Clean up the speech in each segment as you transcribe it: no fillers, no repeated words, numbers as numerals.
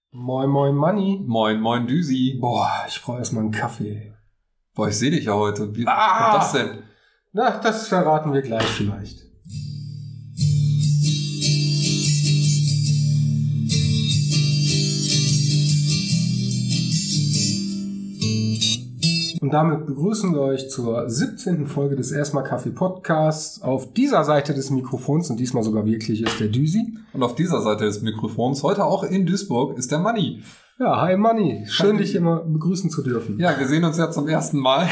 Moin, moin, Manni. Moin, moin, Düsi. Boah, ich brauche erstmal einen Kaffee. Boah, ich sehe dich ja heute. Wie kommt das denn? Na, das verraten wir gleich vielleicht. Und damit begrüßen wir euch zur 17. Folge des Erstmal Kaffee Podcasts. Auf dieser Seite des Mikrofons, und diesmal sogar wirklich, ist der Düsi. Und auf dieser Seite des Mikrofons, heute auch in Duisburg, ist der Manni. Ja, hi Manni. Schön, dich immer begrüßen zu dürfen. Ja, wir sehen uns ja zum ersten Mal.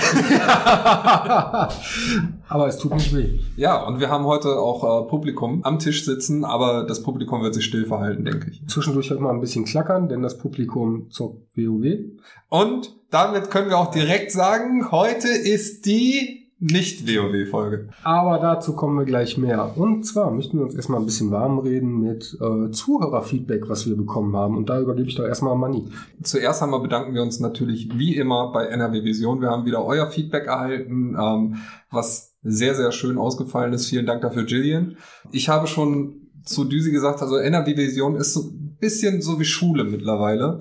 Aber es tut nicht weh. Ja, und wir haben heute auch Publikum am Tisch sitzen, aber das Publikum wird sich still verhalten, denke ich. Zwischendurch hört man ein bisschen klackern, denn das Publikum zockt WoW. Und damit können wir auch direkt sagen, heute ist die Nicht-WoW-Folge. Aber dazu kommen wir gleich mehr. Und zwar möchten wir uns erstmal ein bisschen warm reden mit Zuhörerfeedback, was wir bekommen haben. Und da übergebe ich doch erstmal Manni. Zuerst einmal bedanken wir uns natürlich wie immer bei NRW Vision. Wir haben wieder euer Feedback erhalten, was sehr, sehr schön ausgefallen ist. Vielen Dank dafür, Jillian. Ich habe schon zu Düsi gesagt, also NRW Vision ist so ein bisschen so wie Schule mittlerweile.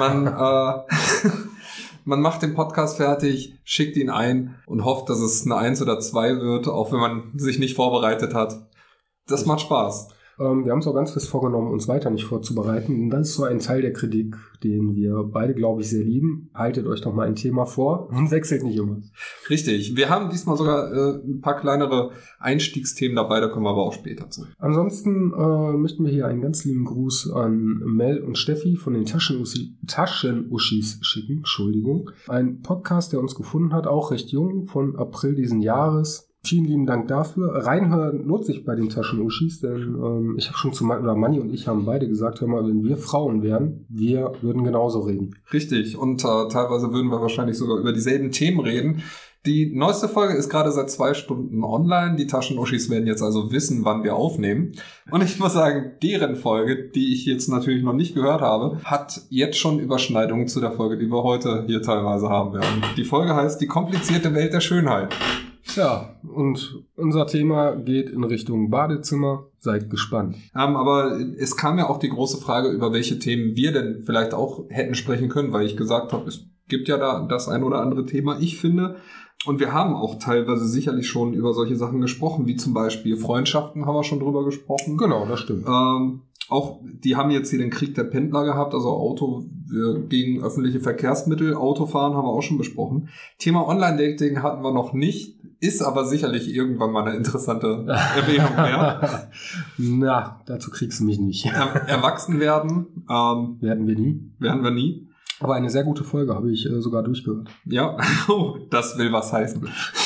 Man macht den Podcast fertig, schickt ihn ein und hofft, dass es eine 1 oder 2 wird, auch wenn man sich nicht vorbereitet hat. Das macht Spaß. Wir haben es auch ganz fest vorgenommen, uns weiter nicht vorzubereiten. Und das ist so ein Teil der Kritik, den wir beide, glaube ich, sehr lieben. Haltet euch doch mal ein Thema vor und wechselt nicht immer. Richtig. Wir haben diesmal sogar ein paar kleinere Einstiegsthemen dabei, da kommen wir aber auch später zu. Ansonsten möchten wir hier einen ganz lieben Gruß an Mel und Steffi von den Taschenuschis schicken. Entschuldigung. Ein Podcast, der uns gefunden hat, auch recht jung, von April diesen Jahres. Vielen lieben Dank dafür. Reinhören lohnt sich bei den Taschenuschis, denn ich habe schon zu Manni und ich haben beide gesagt, hör mal, wenn wir Frauen wären, wir würden genauso reden. Richtig, und teilweise würden wir wahrscheinlich sogar über dieselben Themen reden. Die neueste Folge ist gerade seit 2 Stunden online. Die Taschenuschis werden jetzt also wissen, wann wir aufnehmen. Und ich muss sagen, deren Folge, die ich jetzt natürlich noch nicht gehört habe, hat jetzt schon Überschneidungen zu der Folge, die wir heute hier teilweise haben werden. Die Folge heißt Die komplizierte Welt der Schönheit. Ja, und unser Thema geht in Richtung Badezimmer. Seid gespannt. Aber es kam ja auch die große Frage, über welche Themen wir denn vielleicht auch hätten sprechen können, weil ich gesagt habe, es gibt ja da das ein oder andere Thema, ich finde. Und wir haben auch teilweise sicherlich schon über solche Sachen gesprochen, wie zum Beispiel Freundschaften haben wir schon drüber gesprochen. Genau, das stimmt. Auch die haben jetzt hier den Krieg der Pendler gehabt, also Auto gegen öffentliche Verkehrsmittel, Autofahren haben wir auch schon besprochen. Thema Online-Dating hatten wir noch nicht, ist aber sicherlich irgendwann mal eine interessante Erwähnung mehr. Na, dazu kriegst du mich nicht. Erwachsen werden. Werden wir nie. Aber eine sehr gute Folge, habe ich sogar durchgehört. Ja, das will was heißen.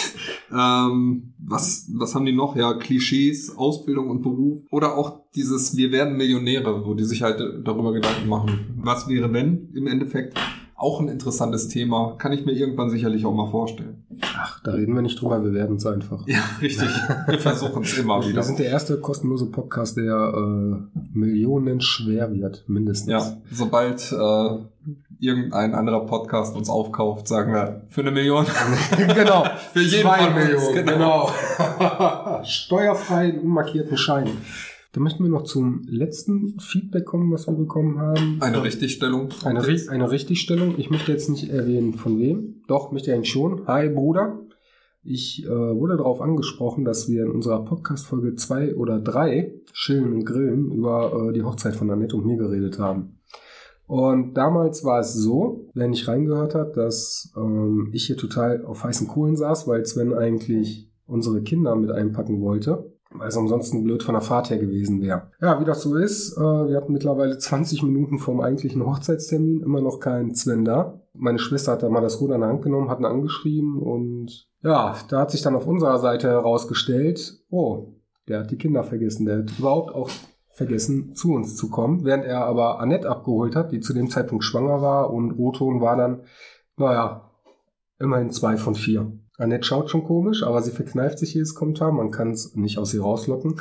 Was haben die noch? Ja, Klischees, Ausbildung und Beruf. Oder auch dieses Wir werden Millionäre, wo die sich halt darüber Gedanken machen. Was wäre, wenn? Im Endeffekt auch ein interessantes Thema. Kann ich mir irgendwann sicherlich auch mal vorstellen. Ach, da reden wir nicht drüber, wir werden es einfach. Ja, richtig. Wir versuchen es immer wieder. Wir sind der erste kostenlose Podcast, der Millionen schwer wird, mindestens. Ja, sobald irgendein anderer Podcast uns aufkauft, sagen wir, für 1 Million. Genau. Für jeden 2 Millionen. Genau. Steuerfreien, unmarkierten Schein. Dann möchten wir noch zum letzten Feedback kommen, was wir bekommen haben. Eine Richtigstellung. Eine Richtigstellung. Ich möchte jetzt nicht erwähnen, von wem. Doch, möchte ich eigentlich schon. Hi, Bruder. Ich wurde darauf angesprochen, dass wir in unserer Podcast-Folge 2 oder 3, Chillen und Grillen, über die Hochzeit von Annette und mir geredet haben. Und damals war es so, wer nicht reingehört hat, dass ich hier total auf heißen Kohlen saß, weil Sven eigentlich unsere Kinder mit einpacken wollte, weil es ansonsten blöd von der Fahrt her gewesen wäre. Ja, wie das so ist, wir hatten mittlerweile 20 Minuten vom eigentlichen Hochzeitstermin, immer noch kein Sven da. Meine Schwester hat da mal das Ruder in der Hand genommen, hat ihn angeschrieben und ja, da hat sich dann auf unserer Seite herausgestellt, oh, der hat die Kinder vergessen, der hat überhaupt auch vergessen, zu uns zu kommen, während er aber Annette abgeholt hat, die zu dem Zeitpunkt schwanger war und O-Ton war dann, naja, immerhin 2 von 4. Annette schaut schon komisch, aber sie verkneift sich jedes Kommentar, man kann es nicht aus ihr rauslocken.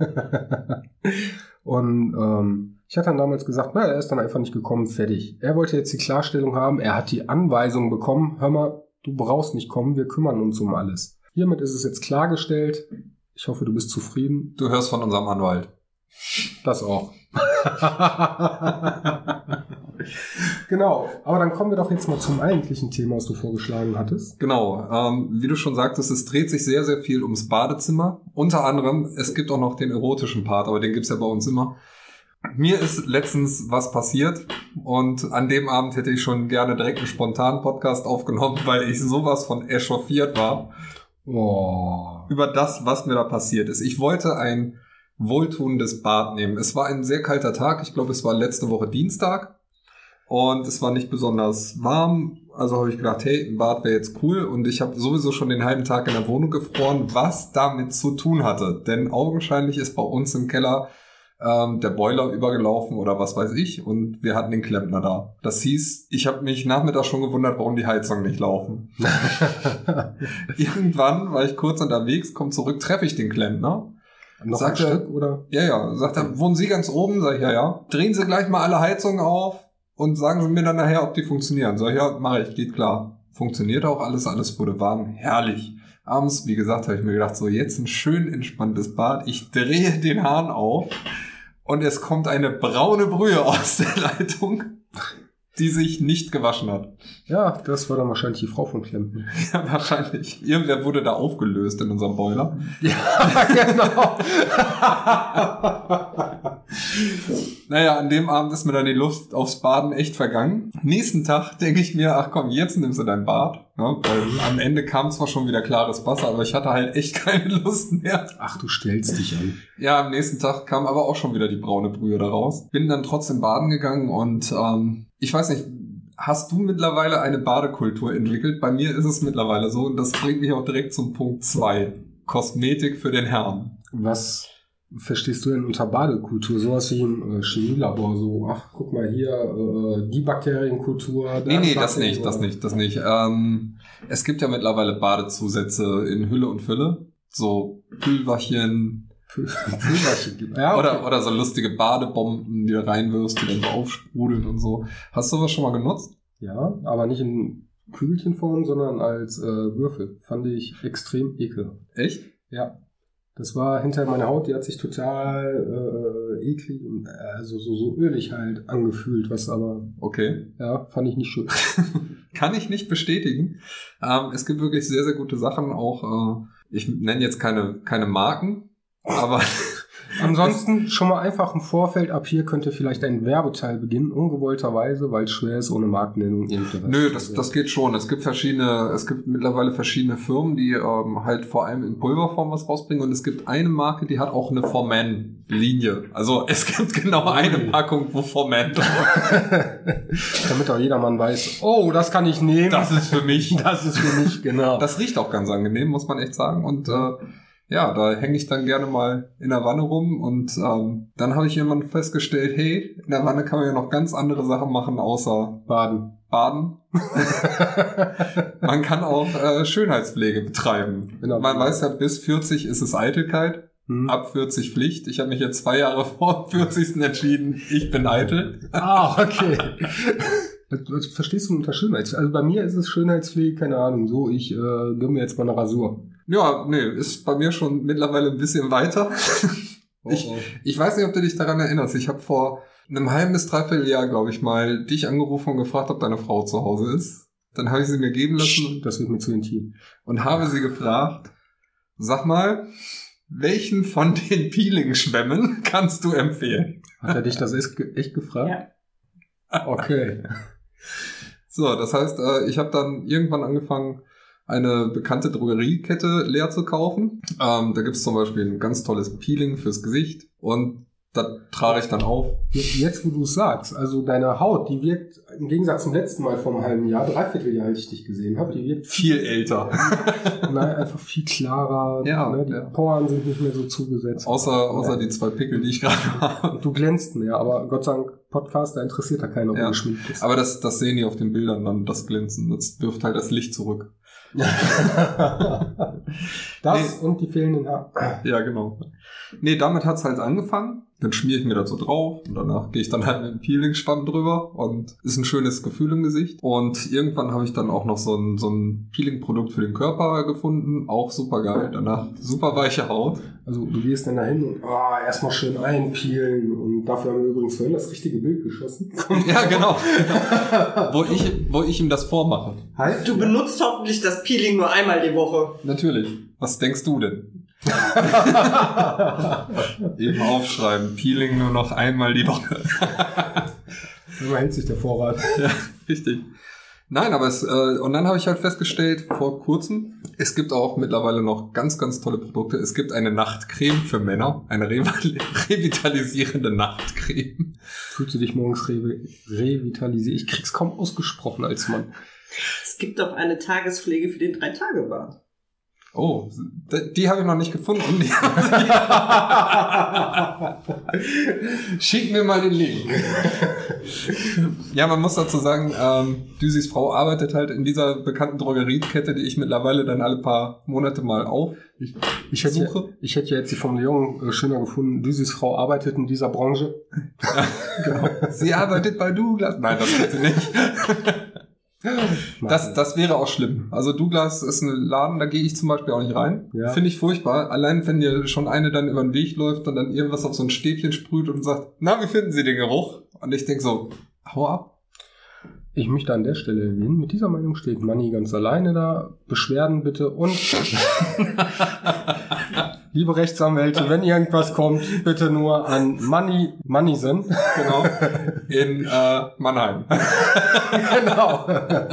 Und ich hatte dann damals gesagt, na, er ist dann einfach nicht gekommen, fertig. Er wollte jetzt die Klarstellung haben, er hat die Anweisung bekommen, hör mal, du brauchst nicht kommen, wir kümmern uns um alles. Hiermit ist es jetzt klargestellt. Ich hoffe, du bist zufrieden. Du hörst von unserem Anwalt. Das auch. Genau, aber dann kommen wir doch jetzt mal zum eigentlichen Thema, was du vorgeschlagen hattest. Genau, wie du schon sagtest, es dreht sich sehr, sehr viel ums Badezimmer. Unter anderem, es gibt auch noch den erotischen Part, aber den gibt's ja bei uns immer. Mir ist letztens was passiert und an dem Abend hätte ich schon gerne direkt einen spontanen Podcast aufgenommen, weil ich sowas von echauffiert war über das, was mir da passiert ist. Ich wollte ein wohltuendes Bad nehmen. Es war ein sehr kalter Tag, ich glaube, es war letzte Woche Dienstag und es war nicht besonders warm, also habe ich gedacht, hey, ein Bad wäre jetzt cool und ich habe sowieso schon den halben Tag in der Wohnung gefroren, was damit zu tun hatte, denn augenscheinlich ist bei uns im Keller der Boiler übergelaufen oder was weiß ich und wir hatten den Klempner da. Das hieß, ich habe mich nachmittags schon gewundert, warum die Heizungen nicht laufen. Irgendwann war ich kurz unterwegs, komme zurück, treffe ich den Klempner. Noch Sagt ein er, Stück, oder? Ja, sagt er, wohnen Sie ganz oben? Sag ich, ja. Drehen Sie gleich mal alle Heizungen auf und sagen Sie mir dann nachher, ob die funktionieren. Sag ich, ja, mache ich, geht klar. Funktioniert auch alles wurde warm, herrlich. Abends, wie gesagt, habe ich mir gedacht, so jetzt ein schön entspanntes Bad. Ich drehe den Hahn auf und es kommt eine braune Brühe aus der Leitung, die sich nicht gewaschen hat. Ja, das war dann wahrscheinlich die Frau von Klempner. Ja, wahrscheinlich. Irgendwer wurde da aufgelöst in unserem Boiler. Ja, genau. Naja, an dem Abend ist mir dann die Lust aufs Baden echt vergangen. Nächsten Tag denke ich mir, ach komm, jetzt nimmst du dein Bad. Ja, weil am Ende kam zwar schon wieder klares Wasser, aber ich hatte halt echt keine Lust mehr. Ach, du stellst dich an. Ja, am nächsten Tag kam aber auch schon wieder die braune Brühe da raus. Bin dann trotzdem baden gegangen und ich weiß nicht, hast du mittlerweile eine Badekultur entwickelt? Bei mir ist es mittlerweile so und das bringt mich auch direkt zum Punkt 2. Kosmetik für den Herrn. Was verstehst du denn unter Badekultur? Sowas wie im Chemielabor, so, ach, guck mal hier, die Bakterienkultur. Nee, das nicht. Es gibt ja mittlerweile Badezusätze in Hülle und Fülle. So Pülverchen. Ja, okay. Oder so lustige Badebomben, die du reinwirfst, die dann so aufsprudeln und so. Hast du was schon mal genutzt? Ja, aber nicht in Kügelchenform, sondern als Würfel. Fand ich extrem ekelhaft. Echt? Ja. Das war hinter meiner Haut, die hat sich total eklig und also so ölig halt angefühlt, was aber, okay, ja, fand ich nicht schön. Kann ich nicht bestätigen. Es gibt wirklich sehr, sehr gute Sachen, auch ich nenne jetzt keine Marken, aber ansonsten schon mal einfach im Vorfeld, ab hier könnte vielleicht ein Werbeteil beginnen, ungewollterweise, weil es schwer ist, ohne Markennennung irgendwas. Nö, das geht schon. Es gibt mittlerweile verschiedene Firmen, die halt vor allem in Pulverform was rausbringen und es gibt eine Marke, die hat auch eine For-Man-Linie. Also es gibt genau eine Packung, wo For-Man damit auch jedermann weiß, oh, das kann ich nehmen. Das ist für mich. Das ist für mich, genau. Das riecht auch ganz angenehm, muss man echt sagen. Und ja, da hänge ich dann gerne mal in der Wanne rum und dann habe ich irgendwann festgestellt, hey, in der Wanne kann man ja noch ganz andere Sachen machen, außer Baden. Man kann auch Schönheitspflege betreiben. Genau. Man weiß ja, bis 40 ist es Eitelkeit, ab 40 Pflicht. Ich habe mich jetzt 2 Jahre vor 40. entschieden, ich bin eitel. Ah, okay. Was verstehst du unter Schönheitspflege? Also bei mir ist es Schönheitspflege, keine Ahnung, so, ich gönne mir jetzt mal eine Rasur. Ja, nee, ist bei mir schon mittlerweile ein bisschen weiter. Ich weiß nicht, ob du dich daran erinnerst. Ich habe vor einem halben bis dreiviertel Jahr, glaube ich mal, dich angerufen und gefragt, ob deine Frau zu Hause ist. Dann habe ich sie mir geben lassen. Das wird mir zu intim. Und habe sie gefragt, sag mal, welchen von den Peeling-Schwämmen kannst du empfehlen? Hat er dich das echt gefragt? Ja. Okay. So, das heißt, ich habe dann irgendwann angefangen, eine bekannte Drogeriekette leer zu kaufen. Da gibt's zum Beispiel ein ganz tolles Peeling fürs Gesicht und das trage ich dann auf. Jetzt, wo du es sagst, also deine Haut, die wirkt im Gegensatz zum letzten Mal vor einem halben Jahr, Dreivierteljahr, als ich dich gesehen habe, die wirkt viel älter. Nein, einfach viel klarer. Ja, ne? Die Poren sind nicht mehr so zugesetzt. Außer die 2 Pickel, die ich gerade habe. Du glänzt mehr, aber Gott sei Dank, Podcast, da interessiert ja keiner, ob du geschminkt bist. Aber das sehen die auf den Bildern dann, das Glänzen. Das wirft halt das Licht zurück. Und die fehlenden Haare. Ja, genau. Nee, damit hat's halt angefangen. Dann schmiere ich mir das so drauf und danach gehe ich dann halt mit dem Peeling-Spann drüber und ist ein schönes Gefühl im Gesicht. Und irgendwann habe ich dann auch noch so ein Peeling-Produkt für den Körper gefunden, auch super geil. Danach super weiche Haut. Also du gehst dann dahin und erstmal schön einpeelen und dafür haben wir übrigens vorhin das richtige Bild geschossen. Ja, genau. Wo ich ihm das vormache. Halt. Du benutzt hoffentlich das Peeling nur einmal die Woche. Natürlich. Was denkst du denn? Eben aufschreiben. Peeling nur noch einmal die Woche. So hält sich der Vorrat. Ja, richtig. Nein, aber und dann habe ich halt festgestellt, vor kurzem, es gibt auch mittlerweile noch ganz, ganz tolle Produkte. Es gibt eine Nachtcreme für Männer, eine revitalisierende Nachtcreme. Fühlst du dich morgens revitalisiert? Ich krieg's kaum ausgesprochen als Mann. Es gibt auch eine Tagespflege für den 3-Tage-Bad. Oh, die habe ich noch nicht gefunden. Schick mir mal den Link. Ja, man muss dazu sagen, Düsis Frau arbeitet halt in dieser bekannten Drogeriekette, die ich mittlerweile dann alle paar Monate mal Ich hätte jetzt die Formulierung schöner gefunden. Düsis Frau arbeitet in dieser Branche. Ja, genau. Sie arbeitet bei Douglas. Nein, das tut sie nicht. Das wäre auch schlimm. Also Douglas ist ein Laden, da gehe ich zum Beispiel auch nicht rein. Ja. Finde ich furchtbar. Allein wenn dir schon eine dann über den Weg läuft und dann irgendwas auf so ein Stäbchen sprüht und sagt, na, wie finden Sie den Geruch? Und ich denke so, hau ab. Ich möchte an der Stelle erwähnen, mit dieser Meinung steht Manni ganz alleine da. Beschwerden bitte und liebe Rechtsanwälte, wenn irgendwas kommt, bitte nur an Mannisen. Genau. In Mannheim. Genau.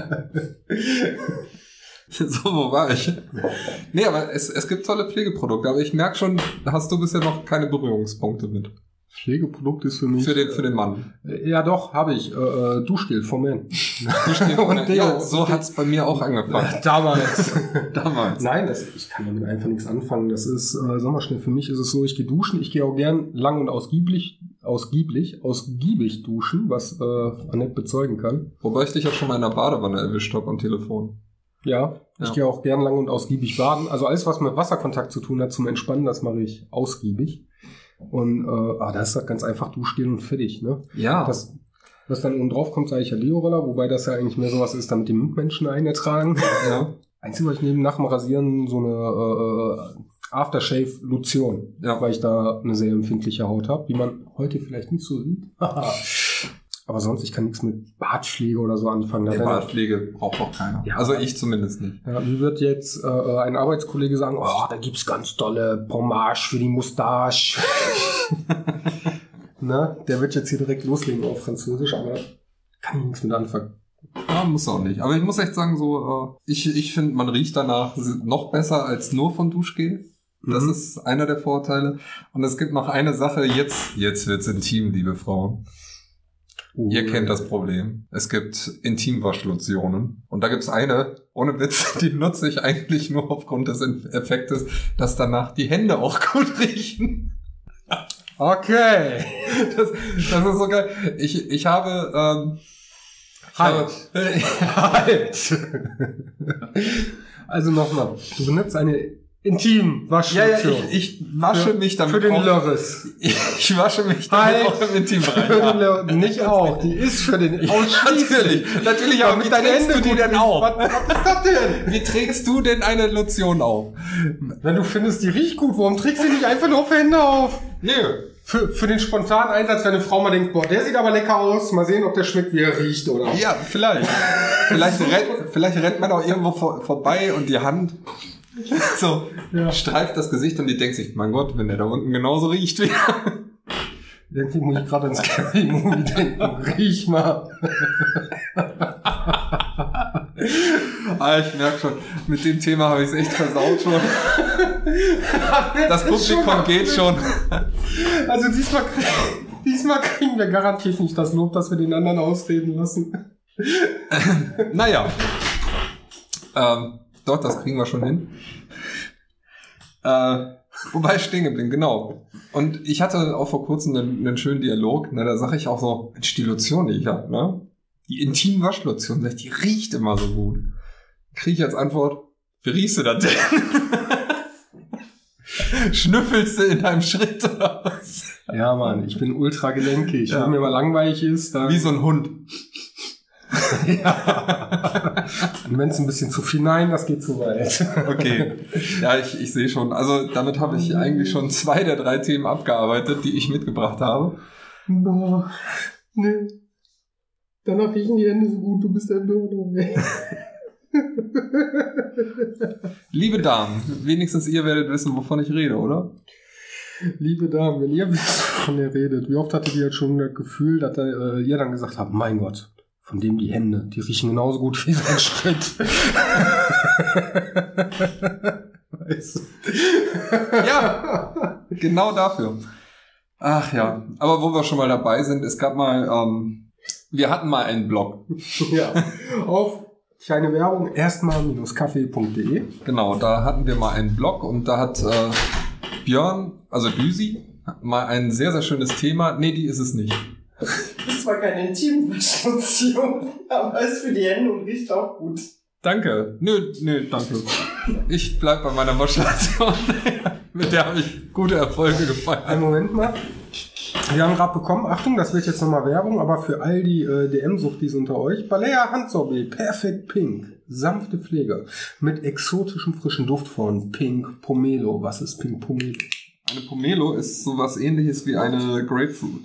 So, wo war ich? Nee, aber es gibt tolle Pflegeprodukte, aber ich merke schon, hast du bisher noch keine Berührungspunkte mit. Pflegeprodukt ist für mich... Für den Mann. Ja doch, habe ich. Duschgel vom Man. Duschgel vom Man. Ja, so hat's bei mir auch angefangen. Damals. Nein, ich kann damit einfach nichts anfangen. Das ist, sag mal schnell, für mich ist es so, ich gehe duschen. Ich gehe auch gern lang und ausgiebig duschen, was Annette bezeugen kann. Wobei ich dich ja schon mal in der Badewanne erwischt habe am Telefon. Ja, ich gehe auch gern lang und ausgiebig baden. Also alles, was mit Wasserkontakt zu tun hat zum Entspannen, das mache ich ausgiebig. Und da ist das ganz einfach Duschgel und fertig, ne? Ja. Was dann oben drauf kommt, sage ich ja Deo-Roller, wobei das ja eigentlich mehr sowas ist, damit die Mitmenschen einen ertragen. Ja. Einzig, was ich neben nach dem Rasieren so eine Aftershave-Lotion, weil ich da eine sehr empfindliche Haut habe, wie man heute vielleicht nicht so sieht. Aber sonst, ich kann nichts mit Bartpflege oder so anfangen. Bartpflege braucht auch keiner. Ja, also ich zumindest nicht. Ja, wie wird jetzt ein Arbeitskollege sagen, da gibt's ganz tolle Pommage für die Moustache. Ne? Der wird jetzt hier direkt loslegen auf Französisch, aber kann ich nichts mit anfangen. Ja, muss auch nicht. Aber ich muss echt sagen, so ich finde, man riecht danach noch besser als nur von Duschgel. Das ist einer der Vorteile. Und es gibt noch eine Sache, jetzt wird's intim, liebe Frauen. Ihr kennt das Problem. Es gibt Intimwaschlotionen. Und da gibt's eine, ohne Witz, die nutze ich eigentlich nur aufgrund des Effektes, dass danach die Hände auch gut riechen. Okay. Das ist so geil. Ich habe... Halt! Also nochmal, du benutzt eine Intimwaschlotion. Ja, ich wasche mich damit für den Lörres. Ich wasche mich damit auch im Intimbereich. Nicht auch, die ist für den ausschließlich. Natürlich auch. Mit deinen Händen die denn auf? Was ist das denn? Wie trägst du denn eine Lotion auf? Wenn du findest, die riecht gut, warum trägst du die nicht einfach nur auf Hände auf? Nö. Für den spontanen Einsatz, wenn eine Frau mal denkt, boah, der sieht aber lecker aus, mal sehen, ob der schmeckt, wie er riecht, oder? Ja, vielleicht. Vielleicht rennt man auch irgendwo vorbei und die Hand streift das Gesicht und die denkt sich, mein Gott, wenn der da unten genauso riecht wie... Irgendwie muss ich gerade an Scary Movie denken. Riech mal. Ich merke schon, mit dem Thema habe ich es echt versaut schon. Das Publikum geht schon. Also diesmal kriegen wir garantiert nicht das Lob, dass wir den anderen ausreden lassen. Naja. Doch, das kriegen wir schon hin. Wobei ich stehen geblieben, genau. Und ich hatte auch vor kurzem einen schönen Dialog, ne, da sage ich auch so, Mensch, die Lotion, die ich habe, ne? Die Intim-Waschlotion, die riecht immer so gut. Kriege ich als Antwort, wie riechst du das denn? Schnüffelst du in deinem Schritt oder was? Ja, Mann, ich bin ultra gelenkig. Ja. Wenn mir mal langweilig ist, dann... Wie so ein Hund. Ja. Und wenn es ein bisschen zu viel, nein, das geht zu weit. Okay. Ja, ich sehe schon. Also damit habe ich eigentlich schon 2 der 3 Themen abgearbeitet, die ich mitgebracht habe. Boah, nee. Danach riechen die Hände so gut, du bist ein Burno. Liebe Damen, wenigstens ihr werdet wissen, wovon ich rede, oder? Liebe Damen, wenn ihr wisst, wovon ihr redet, wie oft hattet ihr jetzt schon das Gefühl, dass ihr dann gesagt habt, mein Gott, von dem die Hände, die riechen genauso gut wie sein Schritt. Weißt du? Ja, genau dafür. Ach ja, aber wo wir schon mal dabei sind, es gab mal, wir hatten mal einen Blog. Ja, auf kleine Werbung, erstmal-kaffee.de. Genau, da hatten wir mal einen Blog und da hat Björn, also Düsi, mal ein sehr, sehr schönes Thema. Nee, die ist es nicht. Das ist zwar keine Intimwaschstation, aber ist für die Hände und riecht auch gut. Danke. Nö, danke. Ich bleib bei meiner Waschstation. Mit der habe ich gute Erfolge gefeiert. Einen Moment mal. Wir haben gerade bekommen, Achtung, das wird jetzt nochmal Werbung, aber für all die DM-Suchtis unter euch, Balea Handsorbet, Perfect Pink, sanfte Pflege, mit exotischem frischen Duft von Pink Pomelo. Was ist Pink Pomelo? Eine Pomelo ist sowas ähnliches wie eine Grapefruit.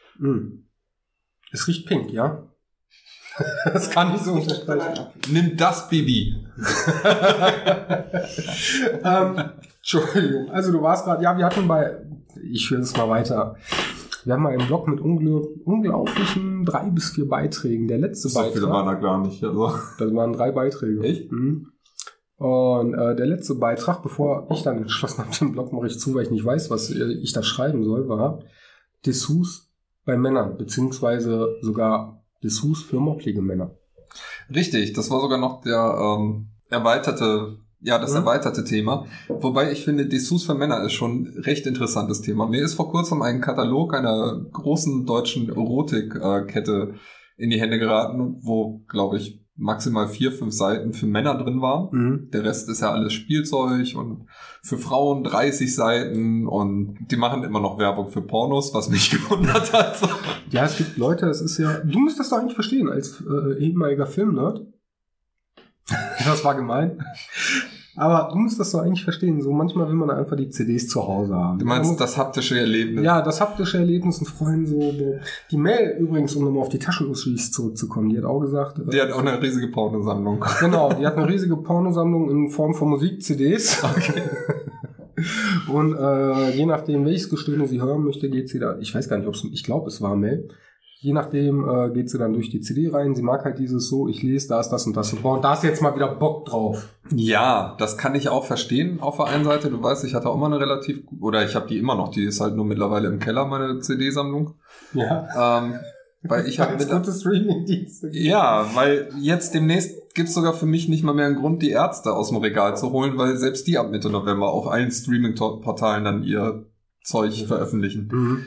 Es riecht pink, ja? Das kann ich so unterstreichen. Nimm das, Baby. Entschuldigung, also du warst gerade, ja, wir hatten ich führe es mal weiter. Wir haben mal einen Blog mit unglaublichen 3 bis 4 Beiträgen. Der letzte So Beitrag. viele waren da gar nicht. Also. Das waren 3 Beiträge. Echt? Mhm. Und der letzte Beitrag, bevor ich dann entschlossen habe, den Blog mache ich zu, weil ich nicht weiß, was ich da schreiben soll, war Dessous bei Männern, beziehungsweise sogar Dessous für moppelige Männer. Richtig, das war sogar noch der erweiterte Thema. Wobei ich finde, Dessous für Männer ist schon ein recht interessantes Thema. Mir ist vor kurzem ein Katalog einer großen deutschen Erotikkette in die Hände geraten, wo, glaube ich, maximal 4-5 Seiten für Männer drin waren. Mhm. Der Rest ist ja alles Spielzeug und für Frauen 30 Seiten und die machen immer noch Werbung für Pornos, was mich gewundert hat. Ja, es gibt Leute, das ist ja, du musst das doch eigentlich verstehen, als ehemaliger Filmnerd. Das war gemein. Aber du musst das doch eigentlich verstehen, so manchmal will man einfach die CDs zu Hause haben. Du meinst das haptische Erlebnis? Ja, das haptische Erlebnis und Freunde so. Die Mel übrigens, um nochmal auf die Taschenuschis zurückzukommen, die hat auch gesagt... Die hat auch eine riesige Pornosammlung. Genau, die hat eine riesige Pornosammlung in Form von Musik-CDs. Okay. Und je nachdem, welches Gestöhne sie hören möchte, geht sie da... Ich weiß gar nicht, ich glaube, es war Mel. Je nachdem geht sie dann durch die CD rein. Sie mag halt dieses so, ich lese, da ist das und das. Und da ist jetzt mal wieder Bock drauf. Ja, das kann ich auch verstehen auf der einen Seite. Du weißt, ich hatte auch immer eine relativ... Oder ich habe die immer noch. Die ist halt nur mittlerweile im Keller, meine CD-Sammlung. Ja. Weil ich habe... gute Streaming-Dienste. Ja, weil jetzt demnächst gibt's sogar für mich nicht mal mehr einen Grund, die Ärzte aus dem Regal zu holen, weil selbst die ab Mitte November auf allen Streaming-Portalen dann ihr Zeug veröffentlichen. Mhm.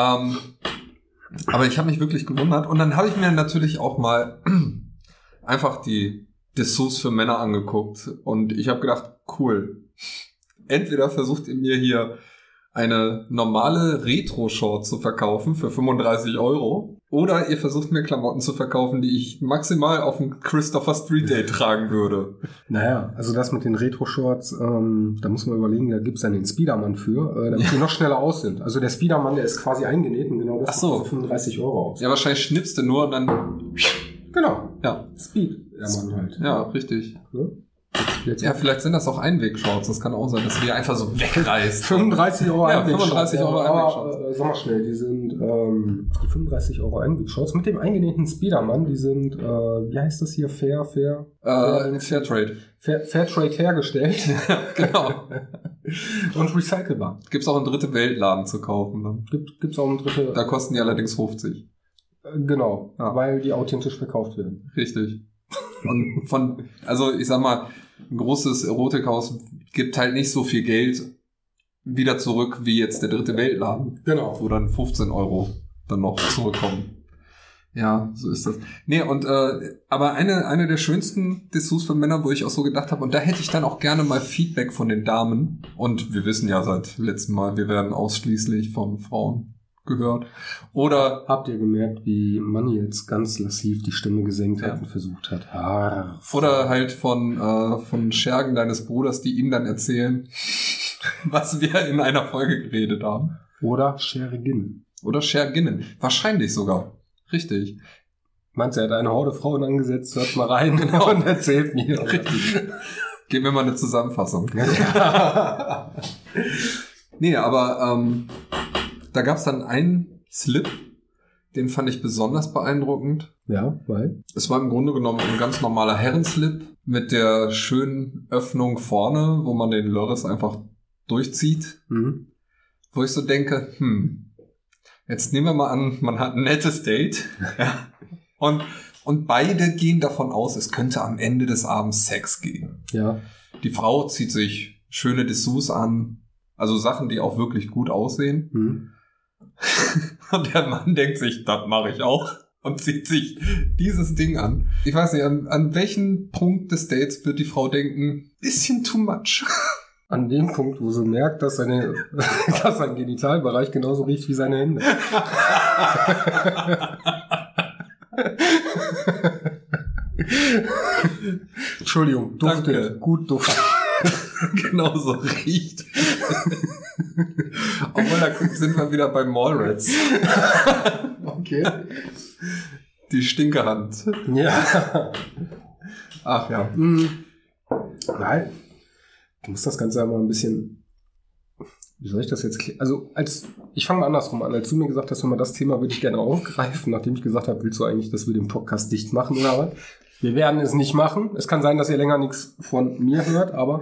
Aber ich habe mich wirklich gewundert. Und dann habe ich mir natürlich auch mal einfach die Dessous für Männer angeguckt. Und ich habe gedacht, cool. Entweder versucht ihr mir hier eine normale Retro-Short zu verkaufen für 35 €. Oder ihr versucht mir Klamotten zu verkaufen, die ich maximal auf dem Christopher Street Day tragen würde. Naja, also das mit den Retro-Shorts, da muss man überlegen, da gibt's dann den Spiderman für, damit die noch schneller aus sind. Also der Spiderman, der ist quasi eingenäht und genau das macht für 35 € aus. Ja, wahrscheinlich schnippst du nur und dann... Genau. Ja. Spiderman halt. Ja, richtig. Ne? Jetzt Ja, vielleicht sind das auch Einwegshorts. Das kann auch sein, dass die einfach so wegreißt. 35 € Ja, Einwegshorts. 35 € Einwegshorts. Sag mal schnell, die sind die 35 € Einwegshorts mit dem eingenähten Spiderman, die sind, wie heißt das hier? Fairtrade. Fairtrade hergestellt. Genau. Und recycelbar. Gibt's auch in dritte Weltladen zu kaufen. Ne? Gibt's auch in dritte... Da kosten die allerdings 50. Genau, Ja. weil die authentisch verkauft werden. Richtig. Und also ich sag mal, ein großes Erotikhaus gibt halt nicht so viel Geld wieder zurück wie jetzt der dritte Weltladen. Genau. Wo dann 15 € dann noch zurückkommen. Ja, so ist das. Nee, und aber eine der schönsten Dessous für Männer, wo ich auch so gedacht habe, und da hätte ich dann auch gerne mal Feedback von den Damen. Und wir wissen ja seit letztem Mal, wir werden ausschließlich von Frauen gehört. Oder habt ihr gemerkt, wie Manni jetzt ganz lassiv die Stimme gesenkt hat und versucht hat? Oder halt von Schergen deines Bruders, die ihm dann erzählen, was wir in einer Folge geredet haben. Oder Scherginnen. Oder Scherginnen. Wahrscheinlich sogar. Richtig. Meinst du, er hat eine Horde Frauen angesetzt, hört mal rein und erzählt mir. Richtig. Gib mir mal eine Zusammenfassung. Nee, aber da gab es dann einen Slip, den fand ich besonders beeindruckend. Ja, weil? Es war im Grunde genommen ein ganz normaler Herrenslip mit der schönen Öffnung vorne, wo man den Lörres einfach durchzieht. Mhm. Wo ich so denke, jetzt nehmen wir mal an, man hat ein nettes Date. Ja. Und beide gehen davon aus, es könnte am Ende des Abends Sex geben. Ja. Die Frau zieht sich schöne Dessous an, also Sachen, die auch wirklich gut aussehen. Mhm. Und der Mann denkt sich, das mache ich auch. Und zieht sich dieses Ding an. Ich weiß nicht, an welchen Punkt des Dates wird die Frau denken, bisschen too much. An dem Punkt, wo sie merkt, dass sein Genitalbereich genauso riecht wie seine Hände. Entschuldigung, duftet. Danke. Gut duftet. Genauso riecht. Obwohl, da sind wir wieder bei Mallrats. Okay. Die Stinkehand. Ja. Ach ja. Nein. Du musst das Ganze aber ein bisschen... Wie soll ich das jetzt... Also, ich fange mal andersrum an. Als du mir gesagt hast, wenn wir das Thema würde ich gerne aufgreifen, nachdem ich gesagt habe, willst du eigentlich, dass wir den Podcast dicht machen oder was? Wir werden es nicht machen. Es kann sein, dass ihr länger nichts von mir hört, aber...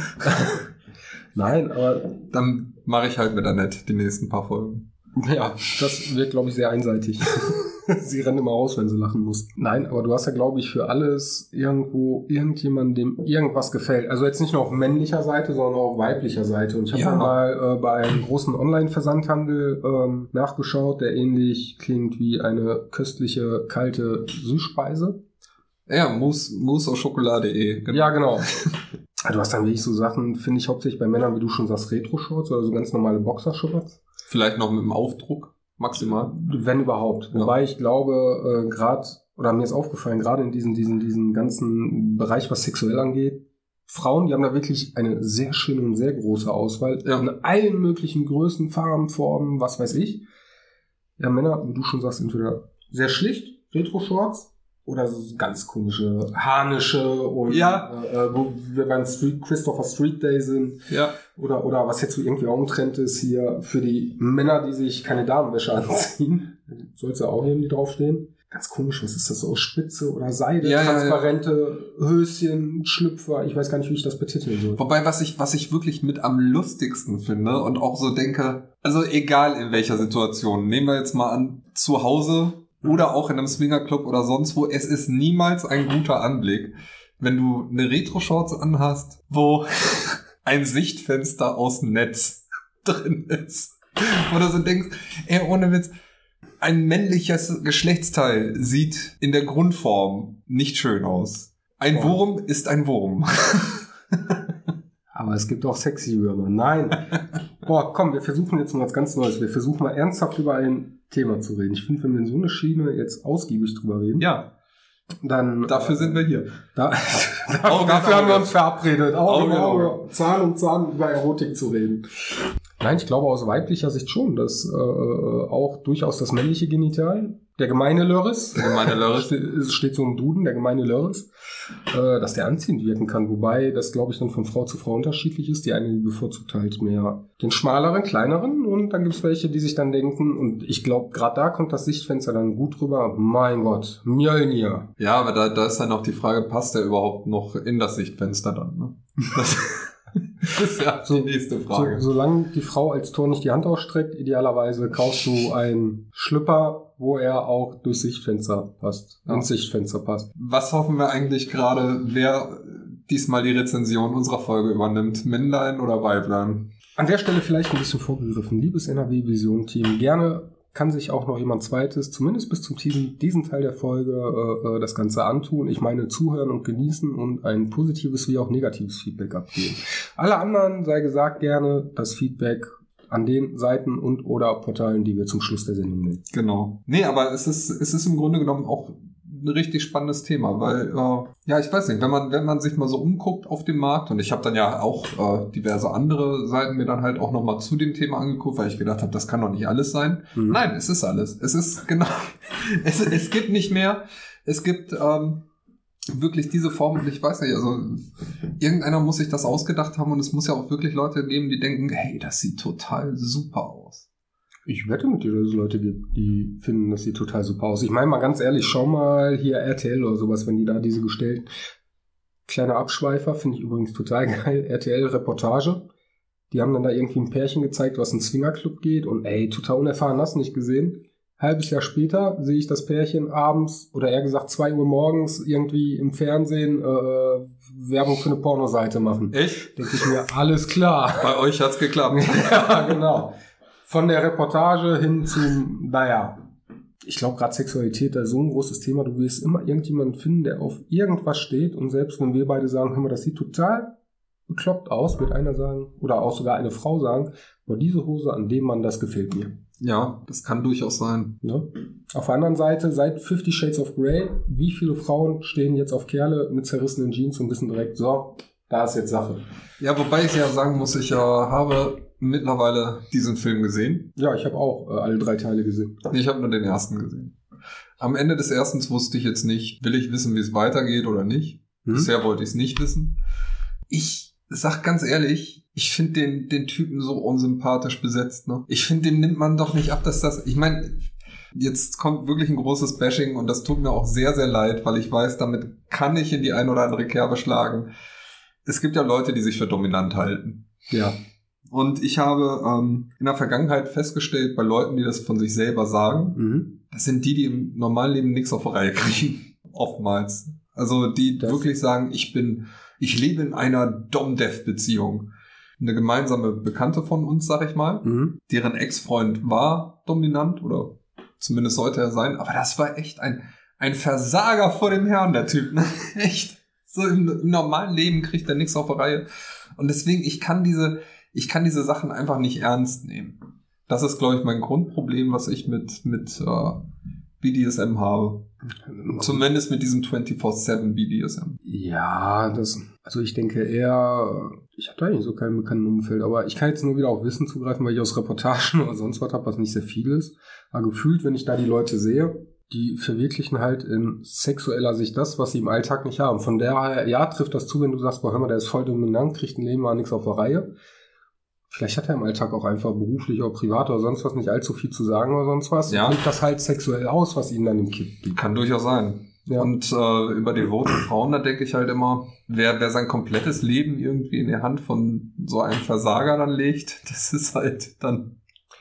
Nein, aber... Dann mache ich halt wieder nett die nächsten paar Folgen. Ja, das wird, glaube ich, sehr einseitig. Sie rennt immer raus, wenn sie lachen muss. Nein, aber du hast ja, glaube ich, für alles irgendwo irgendjemandem, dem irgendwas gefällt. Also jetzt nicht nur auf männlicher Seite, sondern auch auf weiblicher Seite. Und ich habe mal bei einem großen Online-Versandhandel nachgeschaut, der ähnlich klingt wie eine köstliche, kalte Süßspeise. Ja, Mousse au Chocolat.de. Genau. Ja, genau. Du hast dann wirklich so Sachen, finde ich, hauptsächlich bei Männern, wie du schon sagst, Retro-Shorts oder so ganz normale Boxershorts. Vielleicht noch mit dem Aufdruck, maximal. Wenn überhaupt. Ja. Wobei ich glaube, mir ist aufgefallen, gerade in diesen ganzen Bereich, was sexuell angeht, Frauen, die haben da wirklich eine sehr schöne und sehr große Auswahl. Ja. In allen möglichen Größen, Farben, Formen, was weiß ich. Ja, Männer, wie du schon sagst, entweder sehr schlicht, Retro-Shorts, oder so ganz komische Harnische und wo wir beim Christopher Street Day sind. Ja. Oder was jetzt so irgendwie auch ein Trend ist hier für die Männer, die sich keine Damenwäsche anziehen. Soll es ja auch irgendwie draufstehen. Ganz komisch, was ist das? Aus Spitze oder Seide, transparente Höschen, Schlüpfer. Ich weiß gar nicht, wie ich das betiteln soll. Wobei, was ich wirklich mit am lustigsten finde und auch so denke, also egal in welcher Situation, nehmen wir jetzt mal an, zu Hause oder auch in einem Swingerclub oder sonst wo, es ist niemals ein guter Anblick, wenn du eine Retro-Shorts anhast, wo ein Sichtfenster aus Netz drin ist. Wo du so denkst, ohne Witz, ein männliches Geschlechtsteil sieht in der Grundform nicht schön aus. Ein Wurm ist ein Wurm. Aber es gibt auch sexy Würmer. Nein. Komm, wir versuchen jetzt mal was ganz Neues. Wir versuchen mal ernsthaft über ein Thema zu reden. Ich finde, wenn wir in so eine Schiene jetzt ausgiebig drüber reden, dann... Dafür sind wir hier. Dafür haben wir uns verabredet. Auge. Zahn um Zahn über Erotik zu reden. Nein, ich glaube aus weiblicher Sicht schon, dass auch durchaus das männliche Genital, der gemeine Lörres, steht so im Duden, der gemeine Lörres, dass der anziehend wirken kann. Wobei das, glaube ich, dann von Frau zu Frau unterschiedlich ist. Die eine bevorzugt halt mehr den schmaleren, kleineren und dann gibt es welche, die sich dann denken, und ich glaube, gerade da kommt das Sichtfenster dann gut rüber. Mein Gott, Mjölnir. Ja, aber da ist dann auch die Frage, passt der überhaupt noch in das Sichtfenster dann? Ne? Das ist ja die nächste Frage. Solange die Frau als Tor nicht die Hand ausstreckt, idealerweise kaufst du einen Schlüpper, wo er auch durchs Sichtfenster passt, ins Sichtfenster passt. Was hoffen wir eigentlich gerade, wer diesmal die Rezension unserer Folge übernimmt? Männlein oder Weiblein? An der Stelle vielleicht ein bisschen vorgegriffen. Liebes NRW-Vision-Team, gerne kann sich auch noch jemand Zweites, zumindest bis zum diesen Teil der Folge, das Ganze antun. Ich meine, zuhören und genießen und ein positives wie auch negatives Feedback abgeben. Alle anderen, sei gesagt, gerne das Feedback an den Seiten und oder Portalen, die wir zum Schluss der Sendung nehmen. Genau. Nee, aber es ist im Grunde genommen auch ein richtig spannendes Thema, weil, ja, ich weiß nicht, wenn man sich mal so umguckt auf dem Markt, und ich habe dann ja auch diverse andere Seiten mir dann halt auch nochmal zu dem Thema angeguckt, weil ich gedacht habe, das kann doch nicht alles sein. Mhm. Nein, es ist alles. Es ist genau, es gibt nicht mehr, es gibt wirklich diese Form, und ich weiß nicht, also irgendeiner muss sich das ausgedacht haben und es muss ja auch wirklich Leute geben, die denken, hey, das sieht total super aus. Ich wette mit dir, dass es Leute gibt, die finden, das sieht total super aus. Ich meine mal ganz ehrlich, schau mal hier RTL oder sowas, wenn die da diese gestellten. Kleiner Abschweifer, finde ich übrigens total geil. RTL-Reportage. Die haben dann da irgendwie ein Pärchen gezeigt, was in Swingerclub geht. Und ey, total unerfahren, hast du nicht gesehen. Halbes Jahr später sehe ich das Pärchen abends, oder eher gesagt 2 Uhr morgens, irgendwie im Fernsehen Werbung für eine Pornoseite machen. Echt? Denke ich mir, alles klar. Bei euch hat's geklappt. Ja, genau. Von der Reportage hin zum, naja, ich glaube gerade Sexualität, da ist so ein großes Thema, du wirst immer irgendjemanden finden, der auf irgendwas steht, und selbst wenn wir beide sagen, hör mal, das sieht total bekloppt aus, wird einer sagen, oder auch sogar eine Frau sagen, boah, diese Hose an dem Mann, das gefällt mir. Ja, das kann durchaus sein. Ne? Auf der anderen Seite, seit 50 Shades of Grey, wie viele Frauen stehen jetzt auf Kerle mit zerrissenen Jeans und wissen direkt, so, da ist jetzt Sache. Ja, wobei ich ja sagen muss, ich habe mittlerweile diesen Film gesehen. Ja, ich habe auch alle 3 Teile gesehen. Ich habe nur den ersten gesehen. Am Ende des ersten wusste ich jetzt nicht, will ich wissen, wie es weitergeht oder nicht. Bisher wollte ich es nicht wissen. Ich sag ganz ehrlich, ich finde den Typen so unsympathisch besetzt. Ne? Ich finde, dem nimmt man doch nicht ab, dass das... Ich meine, jetzt kommt wirklich ein großes Bashing und das tut mir auch sehr, sehr leid, weil ich weiß, damit kann ich in die ein oder andere Kerbe schlagen. Es gibt ja Leute, die sich für dominant halten. Ja. Und ich habe in der Vergangenheit festgestellt, bei Leuten, die das von sich selber sagen, das sind die im normalen Leben nichts auf die Reihe kriegen. Oftmals. Also die wirklich sagen, ich lebe in einer Dom-Dev-Beziehung. Eine gemeinsame Bekannte von uns, sag ich mal, deren Ex-Freund war dominant oder zumindest sollte er sein, aber das war echt ein Versager vor dem Herrn, der Typ, ne? Echt. So im normalen Leben kriegt er nichts auf die Reihe. Und deswegen, ich kann diese Sachen einfach nicht ernst nehmen. Das ist, glaube ich, mein Grundproblem, was ich mit BDSM habe. Zumindest mit diesem 24/7 BDSM. Ja, also ich denke eher, ich habe da eigentlich so keinen bekannten Umfeld, aber ich kann jetzt nur wieder auf Wissen zugreifen, weil ich aus Reportagen oder sonst was habe, was nicht sehr viel ist. Aber gefühlt, wenn ich da die Leute sehe, die verwirklichen halt in sexueller Sicht das, was sie im Alltag nicht haben. Von daher, ja, trifft das zu, wenn du sagst, boah, hör mal, der ist voll dominant, kriegt ein Leben mal nichts auf der Reihe. Vielleicht hat er im Alltag auch einfach beruflich oder privat oder sonst was nicht allzu viel zu sagen oder sonst was. Ja. Nimmt das halt sexuell aus, was ihnen dann im Kipp gibt. Kann durchaus sein. Ja. Und über devote Frauen, da denke ich halt immer, wer sein komplettes Leben irgendwie in die Hand von so einem Versager dann legt, das ist halt dann...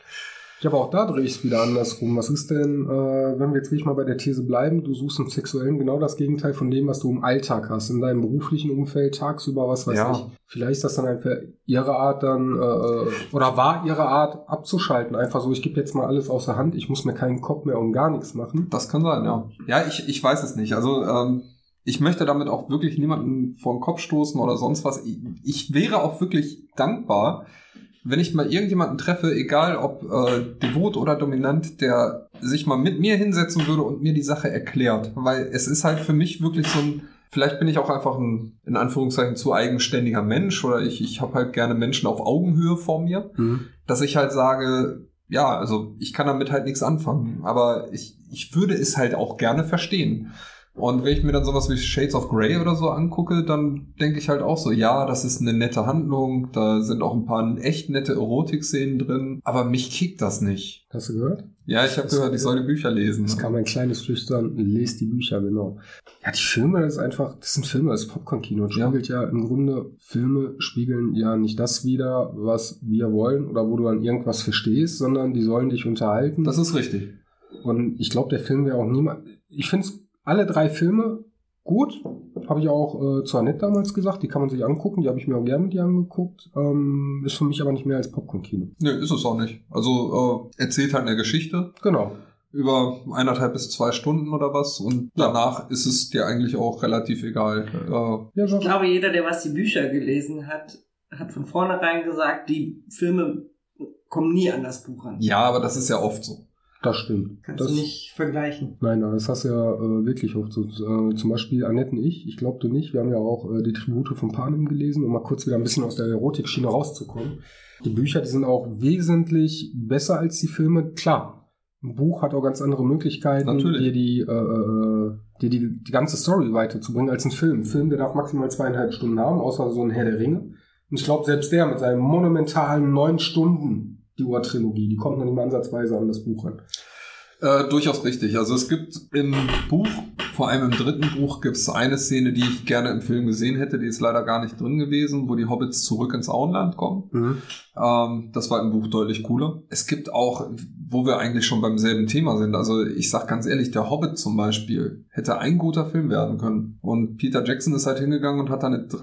Ja, aber auch da drehe ich es wieder andersrum. Was ist denn, wenn wir jetzt wirklich mal bei der These bleiben, du suchst im Sexuellen genau das Gegenteil von dem, was du im Alltag hast, in deinem beruflichen Umfeld, tagsüber, was weiß ich. Vielleicht ist das dann einfach ihre Art dann, oder war ihre Art abzuschalten. Einfach so, ich gebe jetzt mal alles außer Hand, ich muss mir keinen Kopf mehr um gar nichts machen. Das kann sein, ja. Ja, ich weiß es nicht. Also, ich möchte damit auch wirklich niemanden vor den Kopf stoßen oder sonst was. Ich wäre auch wirklich dankbar, wenn ich mal irgendjemanden treffe, egal ob devot oder dominant, der sich mal mit mir hinsetzen würde und mir die Sache erklärt. Weil es ist halt für mich wirklich so ein, vielleicht bin ich auch einfach ein, in Anführungszeichen, zu eigenständiger Mensch oder ich habe halt gerne Menschen auf Augenhöhe vor mir, dass ich halt sage, ja, also ich kann damit halt nichts anfangen, aber ich würde es halt auch gerne verstehen. Und wenn ich mir dann sowas wie Shades of Grey oder so angucke, dann denke ich halt auch so, ja, das ist eine nette Handlung, da sind auch ein paar echt nette Erotik-Szenen drin, aber mich kickt das nicht. Hast du gehört? Ja, ich habe gehört, ich soll die Bücher lesen. Das kam ein kleines Flüstern, lest die Bücher, genau. Ja, die Filme, das sind Filme, das ist Popcorn-Kino. Und spiegelt ja im Grunde, Filme spiegeln ja nicht das wider, was wir wollen oder wo du an irgendwas verstehst, sondern die sollen dich unterhalten. Das ist richtig. Und ich glaube, der Film wäre auch niemand, ich finde es alle 3 Filme gut, habe ich auch zu Annette damals gesagt, die kann man sich angucken, die habe ich mir auch gerne mit dir angeguckt, ist für mich aber nicht mehr als Popcorn-Kino. Nee, ist es auch nicht. Also erzählt halt eine Geschichte. Genau. Über 1,5 bis 2 Stunden oder was und danach ist es dir eigentlich auch relativ egal. Ich glaube, jeder, der was die Bücher gelesen hat, hat von vornherein gesagt, die Filme kommen nie an das Buch ran. Ja, aber das ist ja oft so. Das stimmt. Kannst du nicht vergleichen. Nein, das hast du ja wirklich oft so. Zum Beispiel Annette und ich glaube du nicht, wir haben ja auch die Tribute von Panem gelesen, um mal kurz wieder ein bisschen aus der Erotik-Schiene rauszukommen. Die Bücher, die sind auch wesentlich besser als die Filme. Klar, ein Buch hat auch ganz andere Möglichkeiten, dir die ganze Story weiterzubringen als ein Film. Ein Film, der darf maximal 2,5 Stunden haben, außer so ein Herr der Ringe. Und ich glaube, selbst der mit seinen monumentalen 9 Stunden, die Ur-Trilogie, die kommt noch nicht mal ansatzweise an das Buch ran. Durchaus richtig. Also es gibt im Buch, vor allem im 3. Buch, gibt es eine Szene, die ich gerne im Film gesehen hätte, die ist leider gar nicht drin gewesen, wo die Hobbits zurück ins Auenland kommen. Mhm. Das war im Buch deutlich cooler. Es gibt auch, wo wir eigentlich schon beim selben Thema sind, also ich sag ganz ehrlich, der Hobbit zum Beispiel hätte ein guter Film werden können. Und Peter Jackson ist halt hingegangen und hat da eine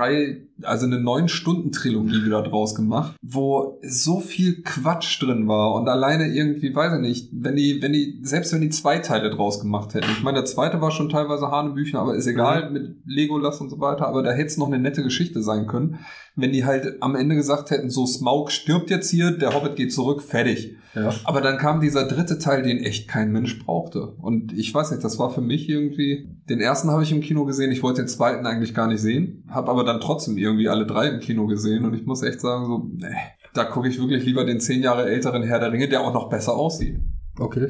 9-Stunden-Trilogie wieder draus gemacht, wo so viel Quatsch drin war und alleine irgendwie, weiß ich nicht, selbst wenn die 2 Teile draus gemacht hätten. Ich meine, der 2. war schon teilweise Hanebüchen, aber ist egal, mit Legolas und so weiter, aber da hätte es noch eine nette Geschichte sein können, wenn die halt am Ende gesagt hätten, so Smaug stirbt jetzt hier, der Hobbit geht zurück, fertig. Ja. Aber dann kam dieser 3. Teil, den echt kein Mensch brauchte. Und ich weiß nicht, das war für mich irgendwie, den ersten habe ich im Kino gesehen, ich wollte den 2. eigentlich gar nicht sehen, habe aber dann trotzdem irgendwie alle 3 im Kino gesehen und ich muss echt sagen, so, da gucke ich wirklich lieber den 10 Jahre älteren Herr der Ringe, der auch noch besser aussieht. Okay.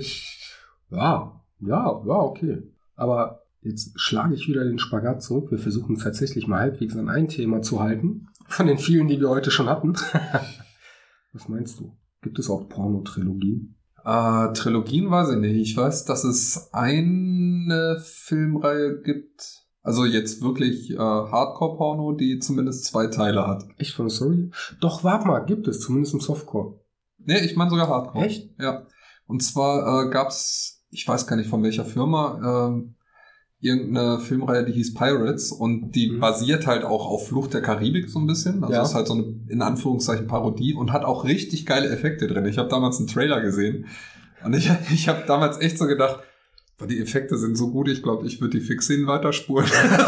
Ja, okay. Aber jetzt schlage ich wieder den Spagat zurück. Wir versuchen tatsächlich mal halbwegs an ein Thema zu halten. Von den vielen, die wir heute schon hatten. Was meinst du? Gibt es auch Porno-Trilogien? Trilogien weiß ich nicht. Ich weiß, dass es eine Filmreihe gibt, also jetzt wirklich Hardcore-Porno, die zumindest 2 Teile hat. Echt von der Story? Doch, warte mal, gibt es, zumindest im Softcore. Nee, ich meine sogar Hardcore. Echt? Ja. Und zwar gab's, ich weiß gar nicht von welcher Firma, irgendeine Filmreihe, die hieß Pirates und die basiert halt auch auf Flucht der Karibik so ein bisschen. Also ist halt so eine, in Anführungszeichen, Parodie und hat auch richtig geile Effekte drin. Ich habe damals einen Trailer gesehen und ich habe damals echt so gedacht, boah, die Effekte sind so gut, ich glaube, ich würde die Fixen weiterspulen.